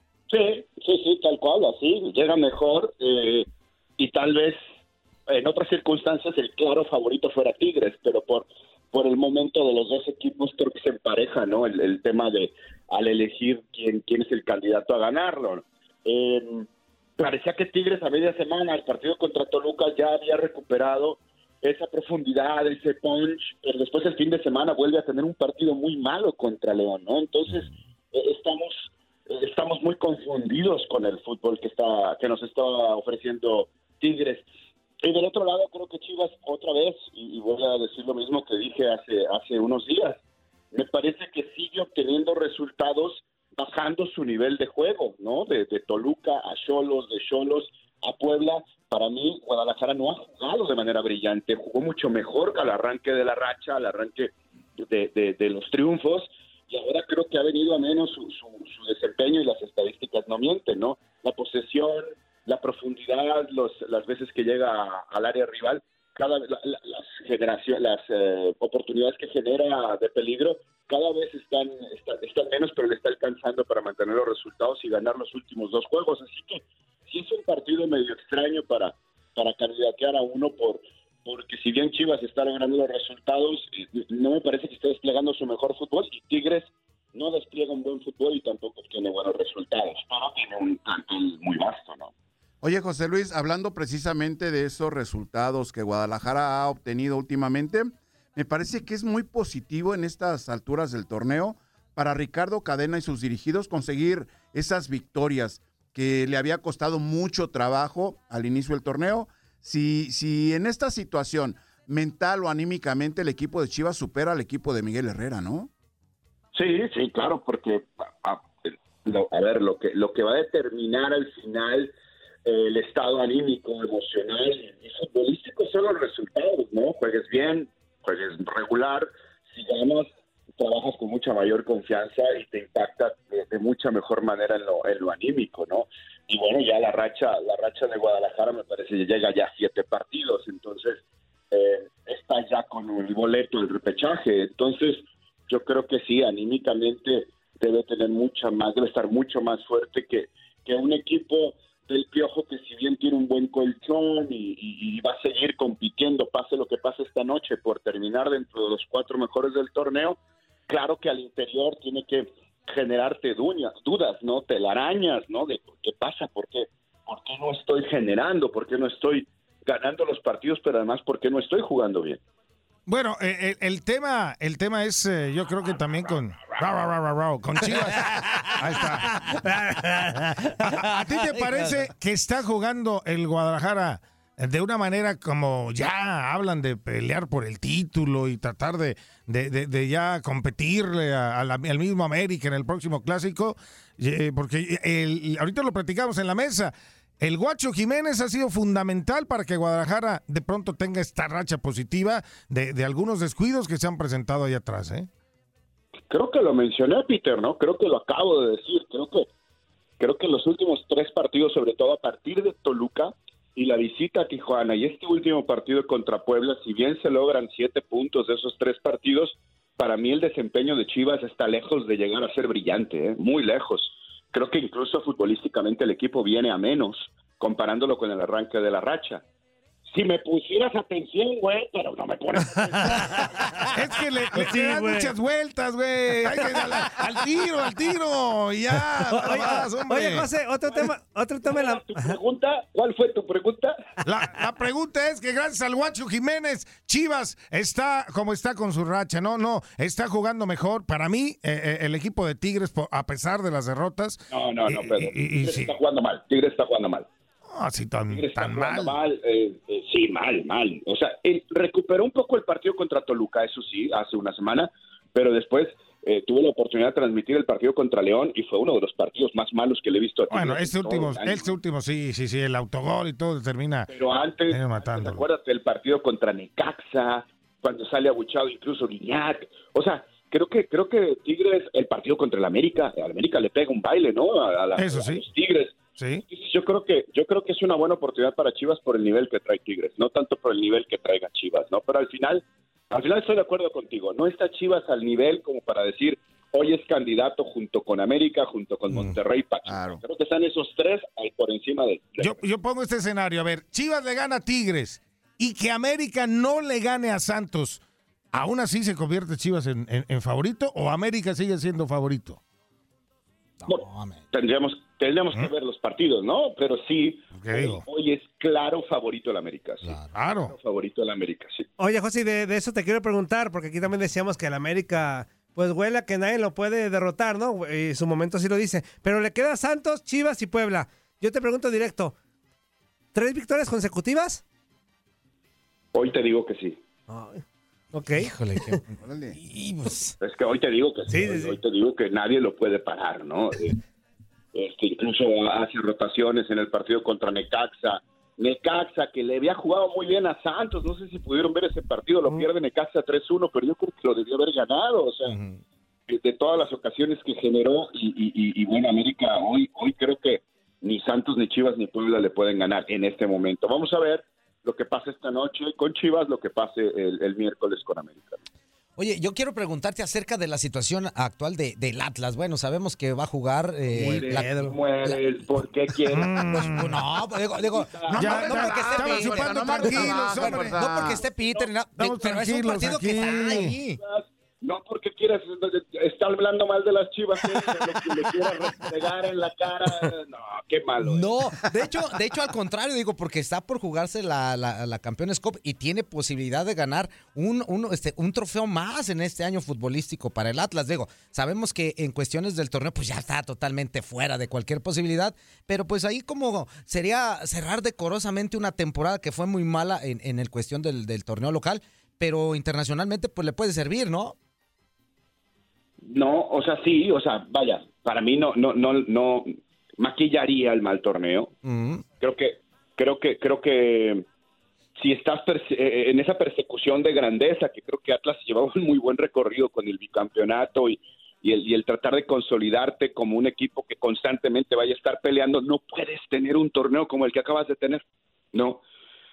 Sí, sí, sí, tal cual, así, llega mejor eh, y tal vez en otras circunstancias el claro favorito fuera Tigres, pero por por el momento de los dos equipos creo que se empareja, ¿no? El, el tema de al elegir quién quién es el candidato a ganarlo. Eh, parecía que Tigres a media semana, el partido contra Toluca, ya había recuperado esa profundidad, ese punch, pero después el fin de semana vuelve a tener un partido muy malo contra León, ¿no? Entonces eh, estamos eh, estamos muy confundidos con el fútbol que está que nos está ofreciendo Tigres. Y del otro lado creo que Chivas otra vez, y, y voy a decir lo mismo que dije hace hace unos días, me parece que sigue obteniendo resultados bajando su nivel de juego, ¿no? De, de Toluca a Xolos, de Xolos a Puebla. Para mí, Guadalajara no ha jugado de manera brillante, jugó mucho mejor que al arranque de la racha, al arranque de, de, de los triunfos, y ahora creo que ha venido a menos su, su, su desempeño y las estadísticas no mienten, ¿no? La posesión, la profundidad, los, las veces que llega a, al área rival, cada la, la, las generaciones, las eh, oportunidades que genera de peligro, cada vez están, están, están menos, pero le está alcanzando para mantener los resultados y ganar los últimos dos juegos. Así que sí es un partido medio extraño para, para candidatear a uno, por porque si bien Chivas está logrando los resultados, no me parece que esté desplegando su mejor fútbol, y Tigres no despliega un buen fútbol y tampoco tiene buenos resultados, pero tiene un plantel muy vasto, ¿no? Oye, José Luis, hablando precisamente de esos resultados que Guadalajara ha obtenido últimamente, me parece que es muy positivo en estas alturas del torneo para Ricardo Cadena y sus dirigidos conseguir esas victorias que le había costado mucho trabajo al inicio del torneo. Si, si en esta situación, mental o anímicamente, el equipo de Chivas supera al equipo de Miguel Herrera, ¿no? Sí, sí, claro, porque a, a, lo, a ver, lo que, lo que va a determinar al final eh, el estado anímico, emocional y, y futbolístico son los resultados, ¿no? Juegues bien, juegues regular, si ganas, trabajas con mucha mayor confianza y te impacta de, de mucha mejor manera en lo, en lo anímico, ¿no? Y bueno, ya la racha la racha de Guadalajara me parece que llega ya a siete partidos, entonces eh, está ya con el boleto del repechaje. Entonces yo creo que sí, anímicamente debe tener mucha más, debe estar mucho más fuerte que, que un equipo del Piojo que si bien tiene un buen colchón y, y, y va a seguir compitiendo, pase lo que pase esta noche, por terminar dentro de los cuatro mejores del torneo. Claro que al interior tiene que generarte dudas, dudas, ¿no? Telarañas, ¿no? De qué pasa, por qué, por qué no estoy generando, por qué no estoy ganando los partidos, pero además por qué no estoy jugando bien. Bueno, eh, el, el tema, el tema es, eh, yo creo que también con, con Chivas. Ahí está. ¿A, a ti te parece que está jugando el Guadalajara de una manera como ya hablan de pelear por el título y tratar de, de, de, de ya competirle a, a la, al mismo América en el próximo clásico? Eh, porque el, ahorita lo platicamos en la mesa. El Guacho Jiménez ha sido fundamental para que Guadalajara de pronto tenga esta racha positiva de, de algunos descuidos que se han presentado ahí atrás, ¿eh? Creo que lo mencioné, Peter, ¿no? Creo que lo acabo de decir. Creo que creo que los últimos tres partidos, sobre todo a partir de Toluca y la visita a Tijuana y este último partido contra Puebla, si bien se logran siete puntos de esos tres partidos, para mí el desempeño de Chivas está lejos de llegar a ser brillante, ¿eh? Muy lejos. Creo que incluso futbolísticamente el equipo viene a menos, comparándolo con el arranque de la racha. Si me pusieras atención, güey, pero no me pones Es que le, le, sí, le dan güey. muchas vueltas, güey. Hay que al, al tiro, al tiro, y ya. Oye, más, oye, José, otro tema, otro tema. La... ¿Tu pregunta? ¿Cuál fue tu pregunta? La, la pregunta es que gracias al Guacho Jiménez, Chivas está como está con su racha. No, no, está jugando mejor. Para mí, eh, el equipo de Tigres, a pesar de las derrotas. No, no, no, Pedro. Y, y, y, Tigres sí. está jugando mal. Tigres está jugando mal. Así tan, tan mal. mal eh, eh, sí, mal, mal. O sea, él recuperó un poco el partido contra Toluca, eso sí, hace una semana, pero después eh, tuve la oportunidad de transmitir el partido contra León y fue uno de los partidos más malos que le he visto a Tigres. Bueno, este en todo último, el año. este último, sí, sí, sí, el autogol y todo termina. Pero antes, eh, ¿te acuerdas del partido contra Necaxa? Cuando sale abuchado incluso Guiñac. O sea, creo que creo que Tigres, el partido contra el América, el América le pega un baile, ¿no? A, a la- Eso a sí. los Tigres. Sí. Yo creo que yo creo que es una buena oportunidad para Chivas por el nivel que trae Tigres, no tanto por el nivel que traiga Chivas, ¿no? Pero al final, al final estoy de acuerdo contigo. No está Chivas al nivel como para decir hoy es candidato junto con América, junto con Monterrey, Pachuca. Creo que están esos tres ahí por encima de. de- Yo, yo pongo este escenario, a ver, Chivas le gana a Tigres y que América no le gane a Santos. ¿Aún así se convierte Chivas en, en- en favorito o América sigue siendo favorito? Bueno, tendríamos tendríamos que ver los partidos, ¿no? Pero sí, hoy, hoy es claro favorito el América. Sí. Claro. Favorito el América, sí. Oye, José, de, de eso te quiero preguntar, porque aquí también decíamos que el América, pues huele a que nadie lo puede derrotar, ¿no? Y su momento sí lo dice. Pero le queda Santos, Chivas y Puebla. Yo te pregunto directo, ¿tres victorias consecutivas? Hoy te digo que sí. Ok. Híjole, qué... Es que hoy te digo que sí, Sí, hoy, sí, sí. hoy te digo que nadie lo puede parar, ¿no? Eh, este, incluso hace rotaciones en el partido contra Necaxa. Necaxa, que le había jugado muy bien a Santos, no sé si pudieron ver ese partido, lo pierde Necaxa tres uno, pero yo creo que lo debió haber ganado, o sea, de, de todas las ocasiones que generó, y, y, y, y bueno, América, hoy, hoy creo que ni Santos, ni Chivas, ni Puebla le pueden ganar en este momento. Vamos a ver lo que pasa esta noche con Chivas, lo que pase el, el miércoles con América. Oye, yo quiero preguntarte acerca de la situación actual de, del Atlas. Bueno, sabemos que va a jugar... Eh, Mueres, la- mueres, ¿por qué quieres? Pues, no, pues, digo, digo, no, Ya, no, no ya, porque esté estamos Peter, chupando no, no, tranquilos, no, hombre. no porque esté Peter, no, Estamos pero es un tranquilos partido aquí. que está ahí. No porque quieras estar hablando mal de las Chivas, ¿eh? Lo que le quieras restregar en la cara, no, qué malo. ¿eh? No, de hecho, de hecho al contrario, digo, porque está por jugarse la, la, la Campeones Cup y tiene posibilidad de ganar un, un, este, un trofeo más en este año futbolístico para el Atlas. Digo, sabemos que en cuestiones del torneo pues ya está totalmente fuera de cualquier posibilidad, pero pues ahí como sería cerrar decorosamente una temporada que fue muy mala en, en el cuestión del, del torneo local, pero internacionalmente pues le puede servir, ¿no? No, o sea, sí, o sea, vaya, para mí no, no, no, no maquillaría el mal torneo. Creo que, creo que, creo que si estás perse- eh, en esa persecución de grandeza, que creo que Atlas llevaba un muy buen recorrido con el bicampeonato y, y el, y el tratar de consolidarte como un equipo que constantemente vaya a estar peleando, no puedes tener un torneo como el que acabas de tener, ¿no?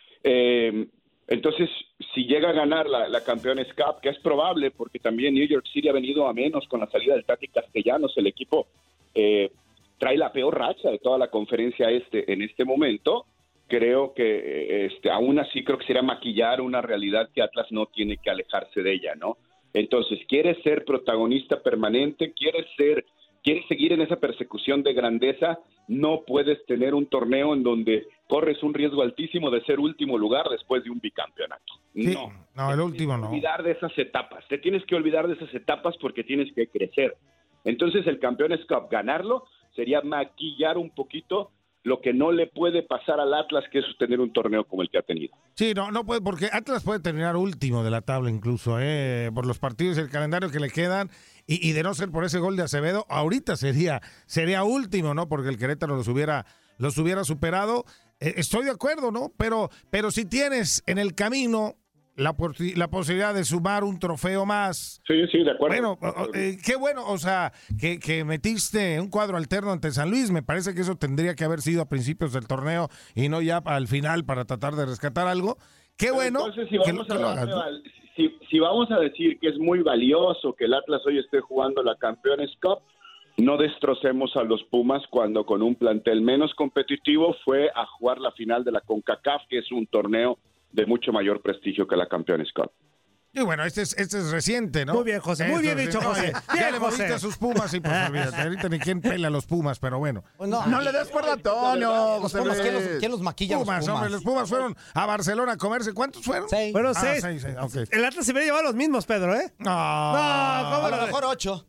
Eh, entonces, si llega a ganar la, la Campeones Cup, que es probable, porque también New York City ha venido a menos con la salida del Tati Castellanos, el equipo eh, trae la peor racha de toda la conferencia este en este momento. Creo que este, aún así creo que sería maquillar una realidad que Atlas no tiene que alejarse de ella, ¿no? Entonces, quieres ser protagonista permanente, quieres ser, quieres seguir en esa persecución de grandeza, no puedes tener un torneo en donde corres un riesgo altísimo de ser último lugar después de un bicampeonato. Sí, No. no, el último no. Olvidar de esas etapas. Te tienes que olvidar de esas etapas porque tienes que crecer. Entonces, el Campeones Cup, ganarlo sería maquillar un poquito lo que no le puede pasar al Atlas, que es tener un torneo como el que ha tenido. Sí, no, no puede, porque Atlas puede terminar último de la tabla incluso, eh, por los partidos y el calendario que le quedan, y, y de no ser por ese gol de Acevedo, ahorita sería, sería último, ¿no? Porque el Querétaro los hubiera, los hubiera superado. Eh, estoy de acuerdo, ¿no? Pero, pero si tienes en el camino la, por- la posibilidad de sumar un trofeo más. Sí, sí, de acuerdo. Bueno, o- o- eh, qué bueno, o sea, que, que metiste un cuadro alterno ante San Luis. Me parece que eso tendría que haber sido a principios del torneo y no ya al final para tratar de rescatar algo. Qué bueno Entonces, si que, vamos, que a, lo hagas, ¿no? si, si vamos a decir que es muy valioso que el Atlas hoy esté jugando la Campeones Cup, no destrocemos a los Pumas cuando con un plantel menos competitivo fue a jugar la final de la CONCACAF, que es un torneo de mucho mayor prestigio que la Campeones Cup. Y bueno, este es, este es reciente, ¿no? Muy bien, José, muy bien Eso, dicho, sí, no, José. ya- Bien, ya le moviste José. a sus Pumas y pues olvídate. Ahorita ni quién pela a los Pumas, pero bueno. No, No le des cuerda a Antonio, José Pumas, ¿quién los, Luis. quién los maquilla a los Pumas, Pumas? hombre, los Pumas fueron a Barcelona a comerse. ¿Cuántos fueron? Seis. Fueron Ah, seis. seis, seis, ok. El Atlas se hubiera llevado los mismos, Pedro, ¿eh? No, No, ¿cómo A lo lo- mejor ocho.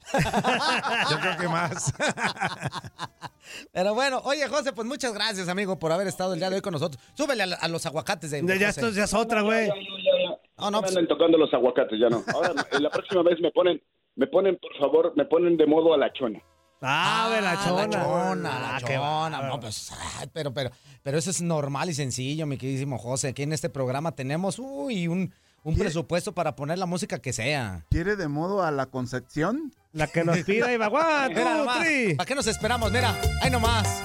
yo creo que más. Pero bueno, oye, José, pues muchas gracias, amigo, por haber estado el día de hoy con nosotros. Súbele a, la- a los aguacates de, de Ya, José. esto ya es otra, güey. No, no, No me anden tocando los aguacates, ya no. Ahora, la próxima vez me ponen, me ponen, por favor, me ponen de modo a la chona. Ah, de la chona. La chona, la Ah, qué chona. bárbaro. No, pues, ay, pero, pero, pero eso es normal y sencillo, mi queridísimo José. Aquí en este programa tenemos, uy, un, un presupuesto para poner la música que sea. ¿Quiere de modo a la Concepción? La que nos pida y va, one, Mira two, nomás, three. ¿para qué nos esperamos? Mira, ahí nomás.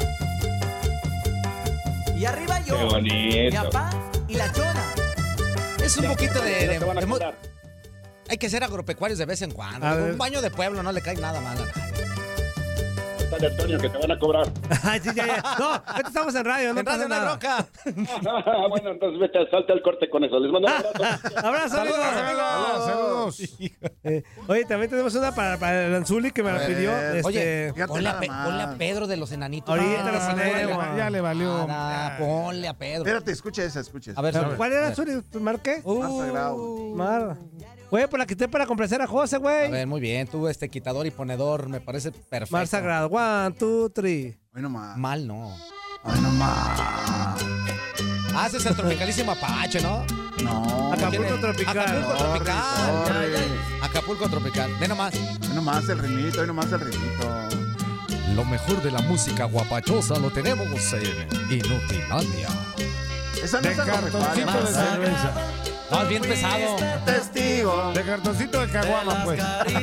Y arriba yo, Qué bonito. mi papá y la chona. Es un poquito de... No de- te van a de mo- cobrar. hay que ser agropecuarios de vez en cuando. A ver. Un baño de pueblo no le cae nada mal a nadie. Dale, Antonio, que te van a cobrar. Ay, sí, ya, ya. No, ahorita estamos en radio, no En radio pasa no hay nada. bronca. Bueno, entonces vete, salta el corte con eso. Les mando un abrazo. Abrazo, amigos. Saludos, saludos. Eh, oye, también tenemos una para, para el Anzuli que me la pidió. ver. Este, Oye, fíjate ponle a, nada Pe- más. ponle a Pedro de los enanitos. Ahorita Ah, lo sí, ponemos. ponle. Ya le valió. Nada, ponle a Pedro. Espérate, escucha esa, escucha esa. A ver, ¿cuál era Anzuli? ¿Tu marqué? Más sagrado. Mar. Güey, pues la quité para complacer a José, güey. A ver, muy bien. Tú, este quitador y ponedor, me parece perfecto. Mar Sagrado. One, two, three. Hoy nomás. Mal, no. Hoy nomás. Ah, ese es el tropicalísimo Apache, ¿no? No. Acapulco Tropical. Acapulco Sorry, Tropical. sorry. Acapulco Tropical. Ve nomás. Hoy nomás el ritmito, hoy nomás el ritmito. Lo mejor de la música guapachosa lo tenemos en Inutilandia. Esa no De es algo cartoncito de recuerdo. cerveza. No, es bien pesado. Testigo. De cartoncito de caguama, pues.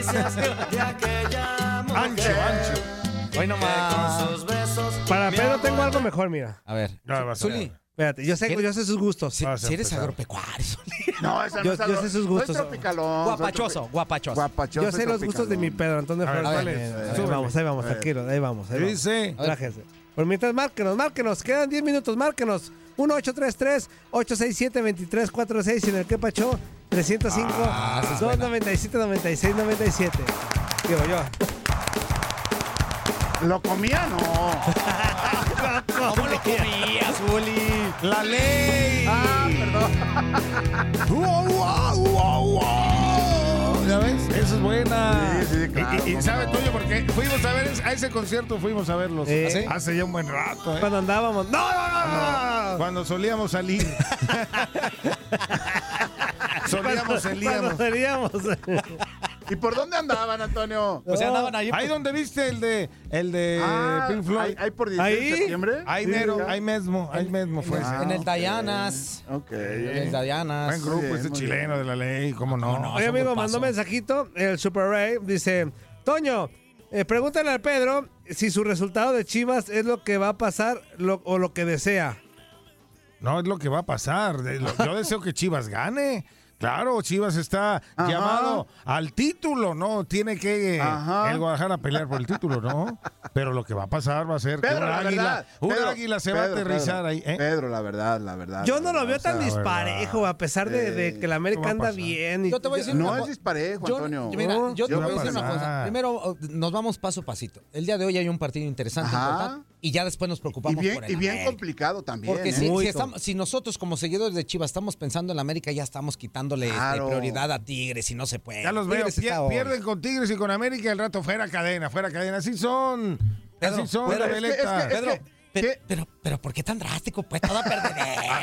Ancho, ancho. Hoy nomás. Para Pedro tengo algo mejor, mira. A ver. Ya vas a ver. Zuli, Espérate, yo sé, ¿Qué? yo sé sus gustos. si, Va a ser si eres pesado. agropecuario, Zuli. No, esa no Yo- es yo algo. sé sus Soy gustos. tropicalón. soy Guapachoso, tropi- guapachoso. Guapachoso. Yo sé los gustos de mi Pedro Antonio A ver, Flores. dale, También. Ahí súbele. vamos, ahí vamos, A ver. tranquilo, ahí vamos. Ahí vamos. Dice. Relájense. Por mientras, márquenos, márquenos. Quedan diez minutos, márquenos. uno ocho tres tres, ocho seis siete, dos tres cuatro seis y en el que pacho trescientos cinco, Ah, esa es dos buena. noventa y siete, noventa y seis, noventa y siete. Digo yo. ¿Lo comía? No. ¿Cómo lo comías, Zuli? La ley. Ah, perdón. ¡Wow, wow, wow, wow! ¿Ya ves? Esa es buena. Sí, sí, claro, Y, y- y cómo ¿sabe, no. Toño? Porque fuimos a ver es- a ese concierto, fuimos a verlos. Eh. ¿Ah, sí? Hace ya un buen rato, ¿eh? Cuando andábamos. ¡No, no, no! no, no! Cuando solíamos salir. solíamos, salíamos. Cuando salíamos. ¿Y por dónde andaban, Antonio? O sea, andaban ahí. Ahí donde viste el de el de Ah, Pink Floyd. ¿hay, hay por dieciséis de ¿Ahí? septiembre? Ahí Sí, mero, ya. ahí mismo, ahí mismo fue. Ah, En el ok. Dayanas. Ok. En el Dayanas. Buen grupo bien, este muy chileno de la ley, ¿cómo no? no, Oye, son amigo, grupazo. mandó mensajito. El Super Ray dice: Toño, eh, pregúntale al Pedro si su resultado de Chivas es lo que va a pasar lo- o lo que desea. No es lo que va a pasar. De- lo- Yo deseo que Chivas gane. Claro, Chivas está Ajá. llamado al título, ¿no? Tiene que eh, Ajá. el Guadalajara pelear por el título, ¿no? Pero lo que va a pasar va a ser que Pedro, un la águila, verdad. un Pedro, águila se va a Pedro, aterrizar Pedro, ahí. ¿eh? Pedro, la verdad, la verdad. Yo la no lo verdad, veo o sea, tan disparejo, a pesar de, de que la América ¿Qué va a anda pasar? bien. y- Yo te voy a decir No una es co- disparejo, Yo- Antonio. Mira, yo te ¿Qué voy a va a decir una pasar? cosa. Primero, oh, nos vamos paso a pasito. El día de hoy hay un partido interesante, Ajá. importante, y ya después nos Y preocupamos bien, por el y bien América. complicado también. Porque ¿eh? si, Muy si, estamos- si nosotros como seguidores de Chivas estamos pensando en la América, ya estamos quitándole este, Claro. prioridad a Tigres y no se puede. Ya los veo, Tigres pie- está hoy. pierden con Tigres y con América y al rato fuera cadena, fuera cadena. Así son. Pedro, Así son, Pedro, la es que- veleta. es que- Pedro, ¿qué? pe- pero, pero, ¿por qué tan drástico? Pues todo a perder.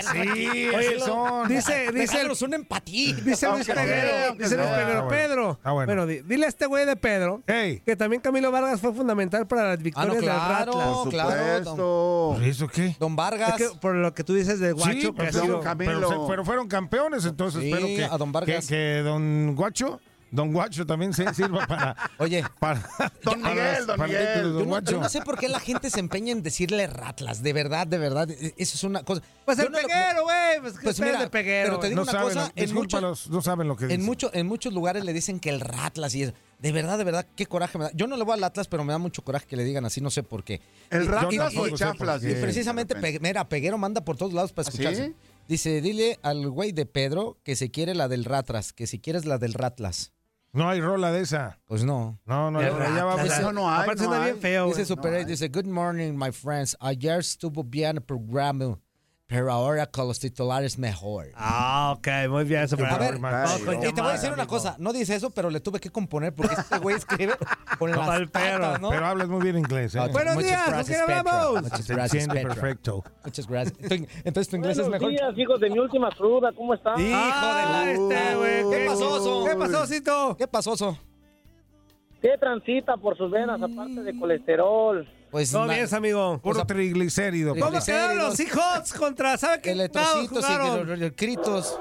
Así, así son. Dice, dice, el- Regálanos un empatía. dice Luis Aunque Peguero, sea, aunque dice Luis sea. Peguero, Ah, bueno. Pedro. Ah, bueno. Bueno, di- dile a este güey de Pedro Ey, que también Camilo Vargas fue fundamental para las victorias del claro. Ratlas. Por claro, supuesto. ¿por eso qué? Don Vargas. Es que por lo que tú dices del guacho, Sí, que pues, ha sido... Don Camilo. pero, se- pero fueron campeones, entonces Sí, espero que, a Don Vargas. que, que Don Guacho, Don Guacho también se sirva para... Oye, para Don para Miguel, las- Don para el Miguel. título de yo Don no, Guacho. yo no sé por qué la gente se empeña en decirle Ratlas. De verdad, de verdad. e- Eso es una cosa. Pues Yo el no lo- Peguero, güey. Pues, Pues pues mira, de Peguero. pero te güey. digo No una saben, cosa, en discúlpalos, no saben lo que dicen. En, mucho, en muchos lugares le dicen que el Ratlas y eso. De verdad, de verdad, qué coraje me da. Yo no le voy al Atlas, pero me da mucho coraje que le digan así, no sé por qué. ¿El Y- Ratlas y- o el tampoco sé Chaflas? por Y qué. precisamente, De repente. Pe- mira, Peguero manda por todos lados para ¿Ah, escucharse. sí? Dice, dile al güey de Pedro que si quiere la del Ratlas, que si quieres la del Ratlas. No hay rola de esa. Pues no. No, no, El no, ya va Ratlas. pues, No, no hay, Aparte no suena hay. bien feo, Dice güey. Super no eight, hay. dice, good morning, my friends. Ayer estuvo bien el programa, pero ahora con los titulares mejor. Ah, ok, muy bien. Super A ver, hermano. Vamos Ay, con no. Y te voy a llamada, decir una amigo. cosa, no dice eso, pero le tuve que componer porque este güey escribe con las Al perro. patas, ¿no? pero hablas muy bien inglés, ¿eh? Ok, Buenos muchas días, ¿con gracias, quién Petra. hablamos? Muchas Se gracias, entiende Petra. perfecto. Muchas gracias. Tu- Entonces tu inglés es mejor. Buenos días, hijos de mi última cruda, ¿cómo están? Hijo de la... Ah, este, güey. ¿Qué pasó, oso? ¿Qué pasó, Cito? ¿Qué pasó, oso? ¿Qué transita por sus venas aparte de colesterol? Pues No na- bien, amigo. Puro triglicérido. ¿Cómo papá. quedaron los Seahawks contra, ¿sabe qué? Electrocitos jugaron? y critos.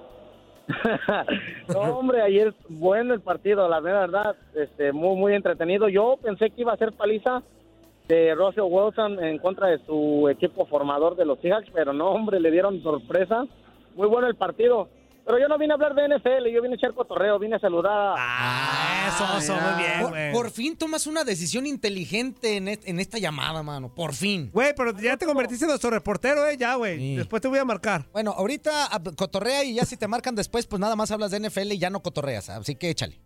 No, hombre, ayer bueno el partido, la verdad, este, muy, muy entretenido. Yo pensé que iba a ser paliza de Russell Wilson en contra de su equipo formador de los Seahawks, pero no, hombre, le dieron sorpresa. Muy bueno el partido. Pero yo no vine a hablar de N F L, yo vine a echar cotorreo, vine a saludar a... Ah, eso, eso, muy bien, Por, güey. por fin tomas una decisión inteligente en, est- en esta llamada, mano. Por fin. Güey, pero ya te convertiste en nuestro reportero, eh, ya, güey. Sí. Después te voy a marcar. Bueno, ahorita ah, cotorrea y ya si te marcan después, pues nada más hablas de N F L y ya no cotorreas. Así que échale.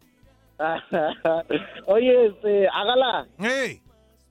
Oye, este, hágala. ¡Ey!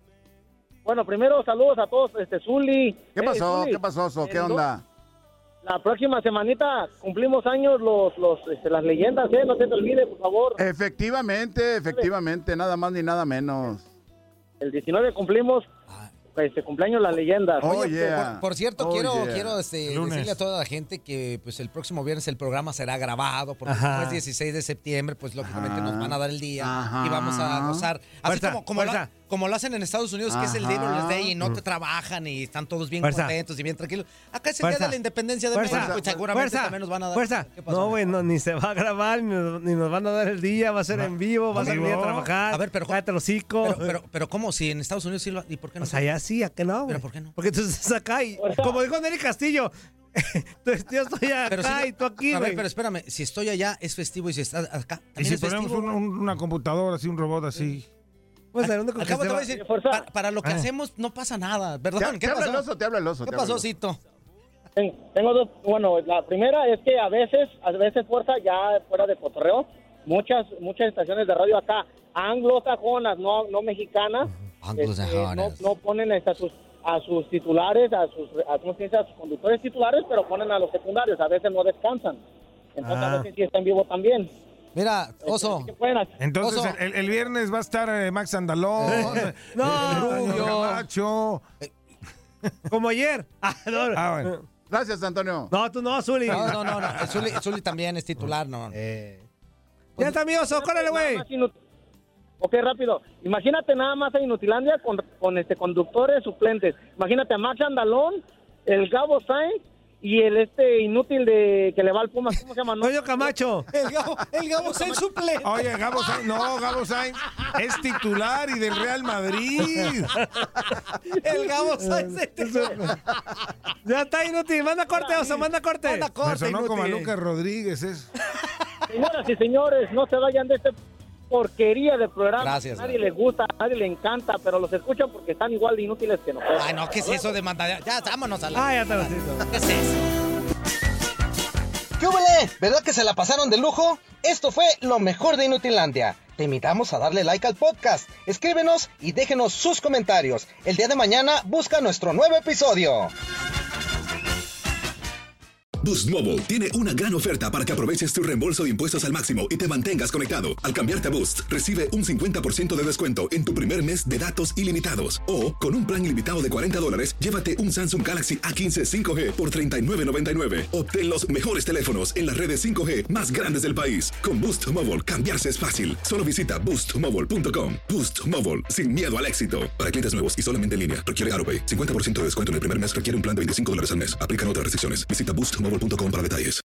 Bueno, primero saludos a todos, este, Zuli. ¿Qué Hey, pasó? Zuli, ¿Qué pasó, Oso? ¿Qué el do- onda? La próxima semanita cumplimos años los, los, este, las leyendas, ¿eh? No se te olvide, por favor. Efectivamente, efectivamente, nada más ni nada menos. El diecinueve cumplimos este cumpleaños las leyendas. Oh, Oye, yeah. por, por cierto, Oh, quiero, yeah. quiero este, Lunes. decirle a toda la gente que pues el próximo viernes el programa será grabado, porque Ajá. como es dieciséis de septiembre, pues lógicamente Ajá. nos van a dar el día Ajá. y vamos a gozar. Así Fuerza, como, como, lo, fuerza. como lo hacen en Estados Unidos, que es el Ajá. Labor Day y no te trabajan y están todos bien Fuerza. contentos y bien tranquilos. Acá es el Fuerza. día de la independencia de Fuerza. México y seguramente Fuerza. también nos van a dar. Fuerza. ¿Qué pasó? No, güey, no, ni se va a grabar, ni nos, ni nos van a dar el día, va a ser en vivo, va a ser Amigo. día a trabajar. A ver, pero- cállate el hocico. Pero, pero, pero ¿cómo? Si en Estados Unidos sí lo... ¿Y por qué no? O sea, ya sí, ¿a qué no, güey? ¿Pero por qué no? Porque tú estás acá y, como dijo Nelly Castillo, tú- yo estoy acá Pero si- y tú aquí, A ver, güey. pero espérame, si estoy allá es festivo y si estás acá Y también si es ponemos festivo. un- un- una computadora así, un robot así. Pues el único Al que cabo se te voy va- a decir, Fuerza. para, para lo que Ah. hacemos no pasa nada. Te, Perdón, te ¿qué habla el pasó? oso, te habla el oso. ¿Qué te habla pasó, el oso. Cito? Ten- Tengo dos, bueno, la primera es que a veces, a veces fuerza ya fuera de cotorreo, muchas, muchas estaciones de radio acá, anglosajonas, no, no mexicanas, Anglosajonas. este, no, no ponen a sus, a sus titulares, a sus, a, ¿cómo se dice? A sus conductores titulares, pero ponen a los secundarios, a veces no descansan. Entonces Ah. a veces sí está en vivo también. Mira, Oso. ¿Qué pueden hacer? Entonces, Oso. el, el viernes va a estar eh, Max Andalón, eh, No, el Rubio. Camacho. como ayer. Ah, no, Ah, bueno. Gracias, Antonio. no, tú no, Zuli. No, no, no, no. El Zuli, el Zuli también es titular, no. Ya está mi oso, córrele, güey. Nada más inut- Ok, rápido. Imagínate nada más a Inutilandia con, con este conductores suplentes. Imagínate a Max Andalón, el Gabo Sainz y el este inútil de que le va al Pumas, ¿cómo se llama? No, Toño Camacho. El Gabo, el Gabo es el suplente. Oye, Gabo Sainz, no, Gabo Sainz es titular y del Real Madrid. El Gabo Sainz es titular. Ya está inútil. Manda corte, oso, manda corte. Manda Me corte, sonó como a inútil. Lucas Rodríguez. Es. Señoras y señores, no se vayan de este porquería de programa. Gracias, A nadie güey. les gusta, a nadie le encanta, pero los escuchan porque están igual de inútiles que nosotros. Ay, no, ¿qué es eso de mandar? Ya, vámonos a la... Ah, ya te lo siento. ¿Qué es eso? ¿Qué hubole? ¿Verdad que se la pasaron de lujo? Esto fue lo mejor de Inutilandia. Te invitamos a darle like al podcast, escríbenos y déjenos sus comentarios. El día de mañana busca nuestro nuevo episodio. Boost Mobile tiene una gran oferta para que aproveches tu reembolso de impuestos al máximo y te mantengas conectado. Al cambiarte a Boost, recibe un cincuenta por ciento de descuento en tu primer mes de datos ilimitados. O, con un plan ilimitado de cuarenta dólares, llévate un Samsung Galaxy A quince cinco G por treinta y nueve noventa y nueve. Obtén los mejores teléfonos en las redes cinco G más grandes del país. Con Boost Mobile, cambiarse es fácil. Solo visita boost mobile punto com. Boost Mobile, sin miedo al éxito. Para clientes nuevos y solamente en línea, requiere AroPay. cincuenta por ciento de descuento en el primer mes requiere un plan de veinticinco dólares al mes. Aplican otras restricciones. Visita boost mobile punto com para detalles.